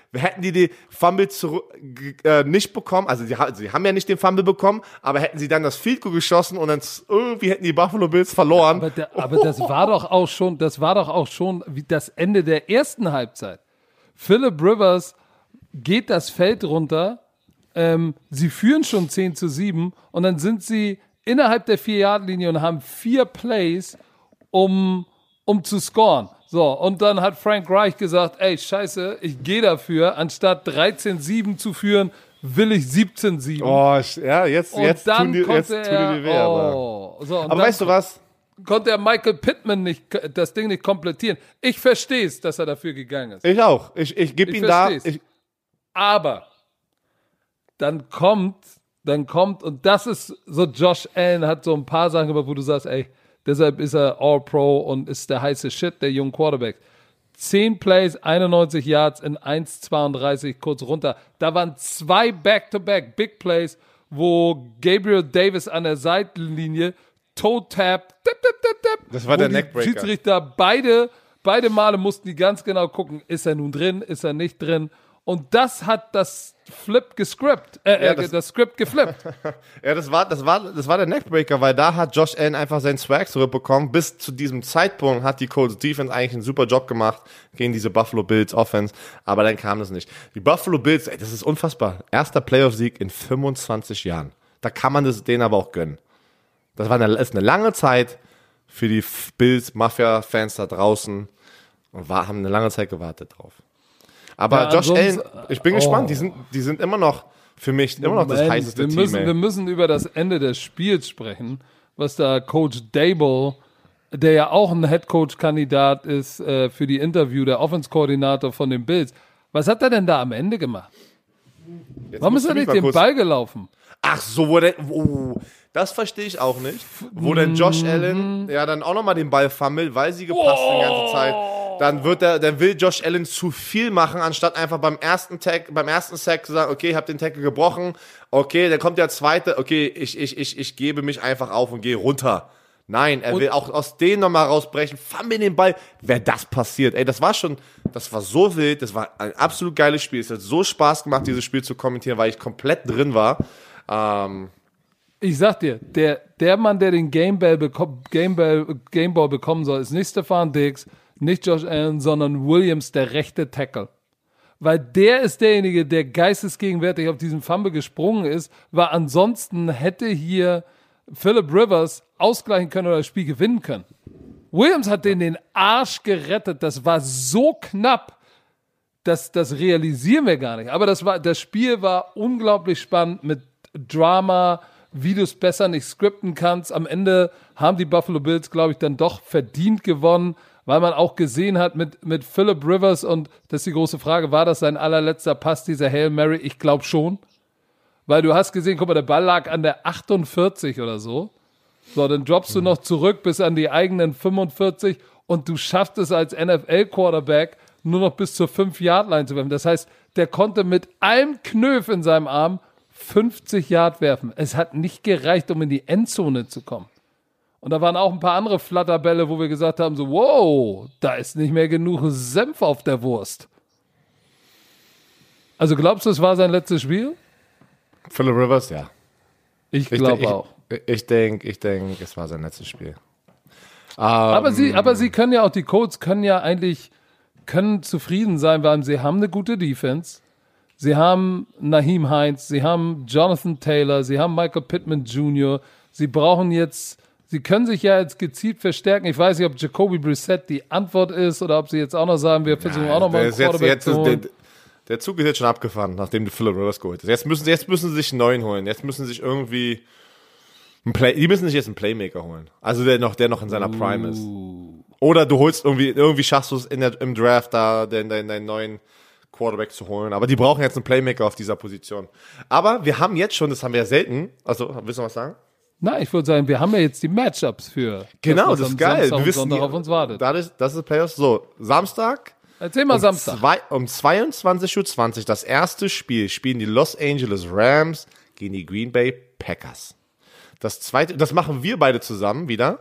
[SPEAKER 2] hätten die den Fumble nicht bekommen, also sie haben ja nicht den Fumble bekommen, aber hätten sie dann das Field Goal geschossen und dann irgendwie hätten die Buffalo Bills verloren.
[SPEAKER 1] Aber das war doch auch schon wie das Ende der ersten Halbzeit. Philip Rivers geht das Feld runter, sie führen schon 10-7 und dann sind sie innerhalb der 4-Yard-Linie und haben 4 Plays, um zu scoren. So, und dann hat Frank Reich gesagt, ey, scheiße, ich gehe dafür, anstatt 13-7 zu führen, will ich 17-7.
[SPEAKER 2] Oh, ja, jetzt tun die weh. Aber weißt du was?
[SPEAKER 1] Konnte er Michael Pittman das Ding nicht komplettieren. Ich verstehe es, dass er dafür gegangen ist.
[SPEAKER 2] Ich auch. Ich gebe ihm da.
[SPEAKER 1] Aber dann kommt, und das ist so, Josh Allen hat so ein paar Sachen gemacht, wo du sagst, ey, deshalb ist er All-Pro und ist der heiße Shit der jungen Quarterbacks. 10 Plays, 91 Yards in 1,32 kurz runter. Da waren 2 Back-to-Back Big Plays, wo Gabriel Davis an der Seitenlinie Toe-Tap,
[SPEAKER 2] das war der Neckbreaker.
[SPEAKER 1] Schiedsrichter beide Male mussten die ganz genau gucken, ist er nun drin, ist er nicht drin. Und das hat das Script geflippt.
[SPEAKER 2] Ja, das war der Neckbreaker, weil da hat Josh Allen einfach seinen Swag zurückbekommen. Bis zu diesem Zeitpunkt hat die Colts Defense eigentlich einen super Job gemacht gegen diese Buffalo Bills Offense, aber dann kam das nicht. Die Buffalo Bills, ey, das ist unfassbar. Erster Playoff-Sieg in 25 Jahren. Da kann man das denen aber auch gönnen. Das ist eine lange Zeit für die Bills-Mafia-Fans da draußen und haben eine lange Zeit gewartet drauf. Aber ja, Josh Allen, ich bin gespannt, die sind immer noch für mich immer noch das heißeste Team.
[SPEAKER 1] Wir müssen über das Ende des Spiels sprechen, was da Coach Dable, der ja auch ein Headcoach-Kandidat ist für die Interview, der Offense-Koordinator von den Bills. Was hat er denn da am Ende gemacht? Warum ist er nicht den Ball gelaufen?
[SPEAKER 2] Ach so, das verstehe ich auch nicht. Wo denn Josh Allen ja dann auch nochmal den Ball fummelt, weil sie gepasst die ganze Zeit. Dann will Josh Allen zu viel machen, anstatt einfach beim ersten Sack zu sagen, okay, ich habe den Tackle gebrochen, okay, dann kommt der zweite, okay, ich gebe mich einfach auf und gehe runter. Nein, er will auch aus denen nochmal rausbrechen, fummel den Ball. Wäre das passiert, ey, das war so wild, das war ein absolut geiles Spiel. Es hat so Spaß gemacht, dieses Spiel zu kommentieren, weil ich komplett drin war.
[SPEAKER 1] Ich sag dir, der Mann, der den Gameball bekommen soll, ist nicht Stefan Diggs, nicht Josh Allen, sondern Williams, der rechte Tackle. Weil der ist derjenige, der geistesgegenwärtig auf diesen Fumble gesprungen ist, weil ansonsten hätte hier Philip Rivers ausgleichen können oder das Spiel gewinnen können. Williams hat den Arsch gerettet, das war so knapp, das realisieren wir gar nicht. Aber das Spiel war unglaublich spannend mit Drama, wie du es besser nicht skripten kannst. Am Ende haben die Buffalo Bills, glaube ich, dann doch verdient gewonnen, weil man auch gesehen hat mit Philip Rivers, und das ist die große Frage, war das sein allerletzter Pass, dieser Hail Mary? Ich glaube schon. Weil du hast gesehen, guck mal, der Ball lag an der 48 oder so. So, dann droppst du noch zurück bis an die eigenen 45 und du schaffst es als NFL-Quarterback nur noch bis zur 5-Yard-Line zu werfen. Das heißt, der konnte mit einem Knöpf in seinem Arm 50 Yard werfen. Es hat nicht gereicht, um in die Endzone zu kommen. Und da waren auch ein paar andere Flatterbälle, wo wir gesagt haben, so, wow, da ist nicht mehr genug Senf auf der Wurst. Also glaubst du, es war sein letztes Spiel?
[SPEAKER 2] Philip Rivers, ja.
[SPEAKER 1] Ich glaube auch.
[SPEAKER 2] Ich denke, es war sein letztes Spiel.
[SPEAKER 1] Aber sie können ja auch, die Colts können zufrieden sein, weil sie haben eine gute Defense. Sie haben Nyheim Hines, sie haben Jonathan Taylor, sie haben Michael Pittman Jr. Sie können sich ja jetzt gezielt verstärken. Ich weiß nicht, ob Jacoby Brissett die Antwort ist oder ob sie jetzt auch noch sagen, wir versuchen auch noch mal einen Quarterback zu holen.
[SPEAKER 2] Der Zug ist jetzt schon abgefahren, nachdem die Philip Rivers geholt ist. Jetzt müssen sie sich einen neuen holen. Jetzt müssen sie sich irgendwie die müssen sich jetzt einen Playmaker holen. Also der noch in seiner Prime ist. Oder du holst irgendwie schaffst du es im Draft da, deinen neuen Quarterback zu holen. Aber die brauchen jetzt einen Playmaker auf dieser Position. Aber wir haben jetzt schon, das haben wir ja selten. Also, willst du was sagen?
[SPEAKER 1] Na, ich würde sagen, wir haben ja jetzt die Matchups für
[SPEAKER 2] genau, das ist geil.
[SPEAKER 1] Wir wissen, Sonntag auf uns wartet.
[SPEAKER 2] Das ist Playoffs. So, Samstag.
[SPEAKER 1] Erzähl mal Samstag.
[SPEAKER 2] Um 22:20 Uhr das erste Spiel spielen die Los Angeles Rams gegen die Green Bay Packers. Das zweite, das machen wir beide zusammen wieder.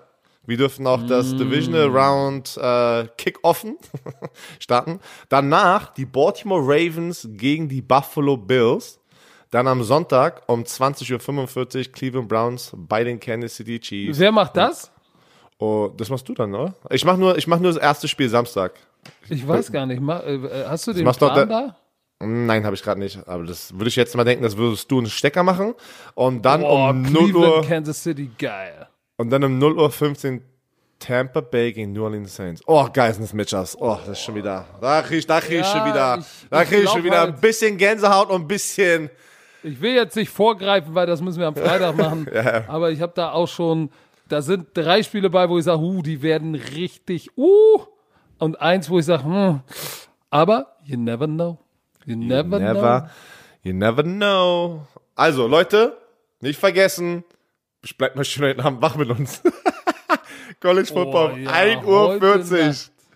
[SPEAKER 2] Wir dürfen auch das Divisional Round Kick-Offen starten. Danach die Baltimore Ravens gegen die Buffalo Bills. Dann am Sonntag um 20:45 Uhr Cleveland Browns bei den Kansas City Chiefs.
[SPEAKER 1] Wer macht das?
[SPEAKER 2] Oh, das machst du dann, oder? Ich mach nur das erste Spiel Samstag.
[SPEAKER 1] Ich weiß gar nicht. Hast du den Plan da?
[SPEAKER 2] Nein, habe ich gerade nicht. Aber das würde ich jetzt mal denken, das würdest du einen Stecker machen. Und dann um 0
[SPEAKER 1] Cleveland,
[SPEAKER 2] Uhr.
[SPEAKER 1] Kansas City, geil.
[SPEAKER 2] Und dann um 0:15 Uhr Tampa Bay gegen New Orleans Saints. Oh, geil sind das Matchups. Oh, das ist schon wieder. Da krieg ich schon wieder. Da krieg ich schon wieder ein bisschen Gänsehaut und ein bisschen.
[SPEAKER 1] Ich will jetzt nicht vorgreifen, weil das müssen wir am Freitag machen. Ja. Aber ich habe da auch schon. Da sind 3 Spiele bei, wo ich sage, die werden richtig. Und 1, wo ich sage, Aber you never know. You never know. Also, Leute, nicht vergessen, bleibt mal schön heute Abend wach mit uns. College Football, 1:40 Uhr.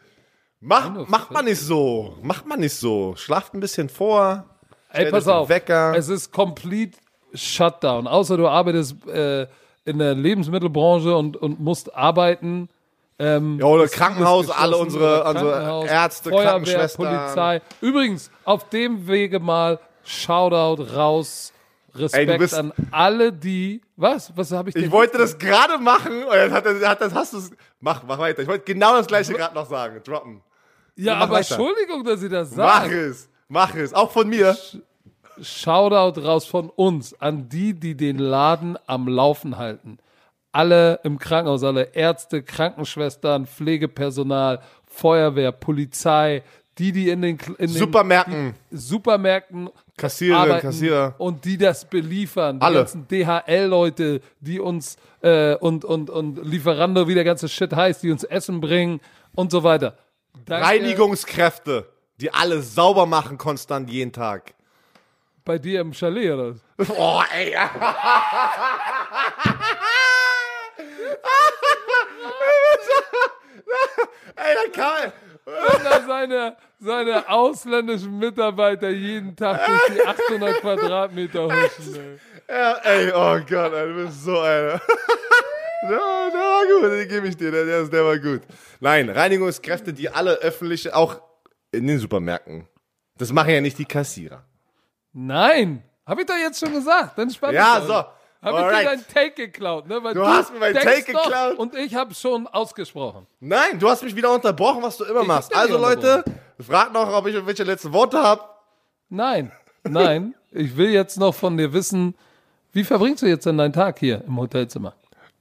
[SPEAKER 1] Macht man nicht so. Schlaft ein bisschen vor. Ey, pass auf. Wecker. Es ist complete Shutdown. Außer du arbeitest in der Lebensmittelbranche und musst arbeiten.
[SPEAKER 2] Oder Krankenhaus, alle unsere Ärzte,
[SPEAKER 1] Feuerwehr,
[SPEAKER 2] Krankenschwestern.
[SPEAKER 1] Polizei. Übrigens, auf dem Wege mal Shoutout raus. Respekt an alle, die. Was habe ich denn?
[SPEAKER 2] Ich wollte das gerade machen und dann hast du es. Mach weiter. Ich wollte genau das gleiche gerade noch sagen. Droppen.
[SPEAKER 1] Ja, aber weiter. Entschuldigung, dass ich das sage.
[SPEAKER 2] Mach es. Auch von mir.
[SPEAKER 1] Shoutout raus von uns an die den Laden am Laufen halten. Alle im Krankenhaus, alle Ärzte, Krankenschwestern, Pflegepersonal, Feuerwehr, Polizei, die in den Supermärkten Kassierer und die das beliefern, die ganzen DHL-Leute, die uns und Lieferando, wie der ganze Shit heißt, die uns Essen bringen und so weiter.
[SPEAKER 2] Danke. Reinigungskräfte, die alles sauber machen konstant jeden Tag.
[SPEAKER 1] Bei dir im Chalet, oder?
[SPEAKER 2] Oh, ey. Ey, der Karl.
[SPEAKER 1] Wenn er seine ausländischen Mitarbeiter jeden Tag durch die 800 Quadratmeter huschen, ey.
[SPEAKER 2] Ja, ey, oh Gott, ey, du bist so einer. Der war gut, den gebe ich dir, der war gut. Nein, Reinigungskräfte, die alle öffentlich, auch in den Supermärkten. Das machen ja nicht die Kassierer.
[SPEAKER 1] Nein, habe ich doch jetzt schon gesagt. Dann spannend.
[SPEAKER 2] Ja, so.
[SPEAKER 1] Habe ich dir deinen Take geklaut, ne? Weil
[SPEAKER 2] du hast mir meinen Take geklaut.
[SPEAKER 1] Und ich habe schon ausgesprochen.
[SPEAKER 2] Nein, du hast mich wieder unterbrochen, was du immer machst. Also Leute, fragt noch, ob ich welche letzten Worte habe.
[SPEAKER 1] Nein. Ich will jetzt noch von dir wissen, wie verbringst du jetzt denn deinen Tag hier im Hotelzimmer?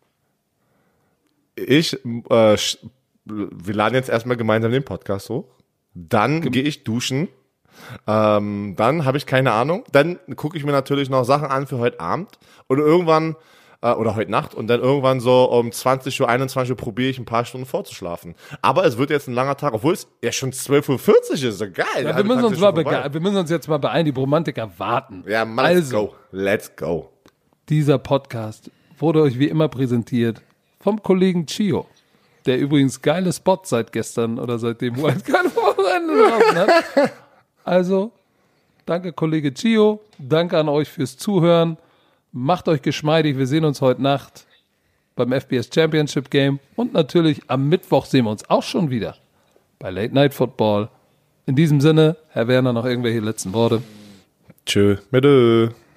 [SPEAKER 2] Wir laden jetzt erstmal gemeinsam den Podcast hoch. Dann gehe ich duschen. Dann habe ich keine Ahnung. Dann gucke ich mir natürlich noch Sachen an für heute Abend. Und irgendwann, oder heute Nacht. Und dann irgendwann so um 20 Uhr, 21 Uhr probiere ich ein paar Stunden vorzuschlafen. Aber es wird jetzt ein langer Tag, obwohl es ja schon 12:40 Uhr ist. So geil.
[SPEAKER 1] Ja, wir müssen uns jetzt mal beeilen, die Romantiker warten.
[SPEAKER 2] Ja, let's go.
[SPEAKER 1] Dieser Podcast wurde euch wie immer präsentiert vom Kollegen Chio, der übrigens geile Spots seit gestern oder seitdem kein Wochenende draußen hat. Also, danke Kollege Chio, danke an euch fürs Zuhören. Macht euch geschmeidig, wir sehen uns heute Nacht beim FBS Championship Game und natürlich am Mittwoch sehen wir uns auch schon wieder bei Late Night Football. In diesem Sinne, Herr Werner, noch irgendwelche letzten Worte?
[SPEAKER 2] Tschö, mit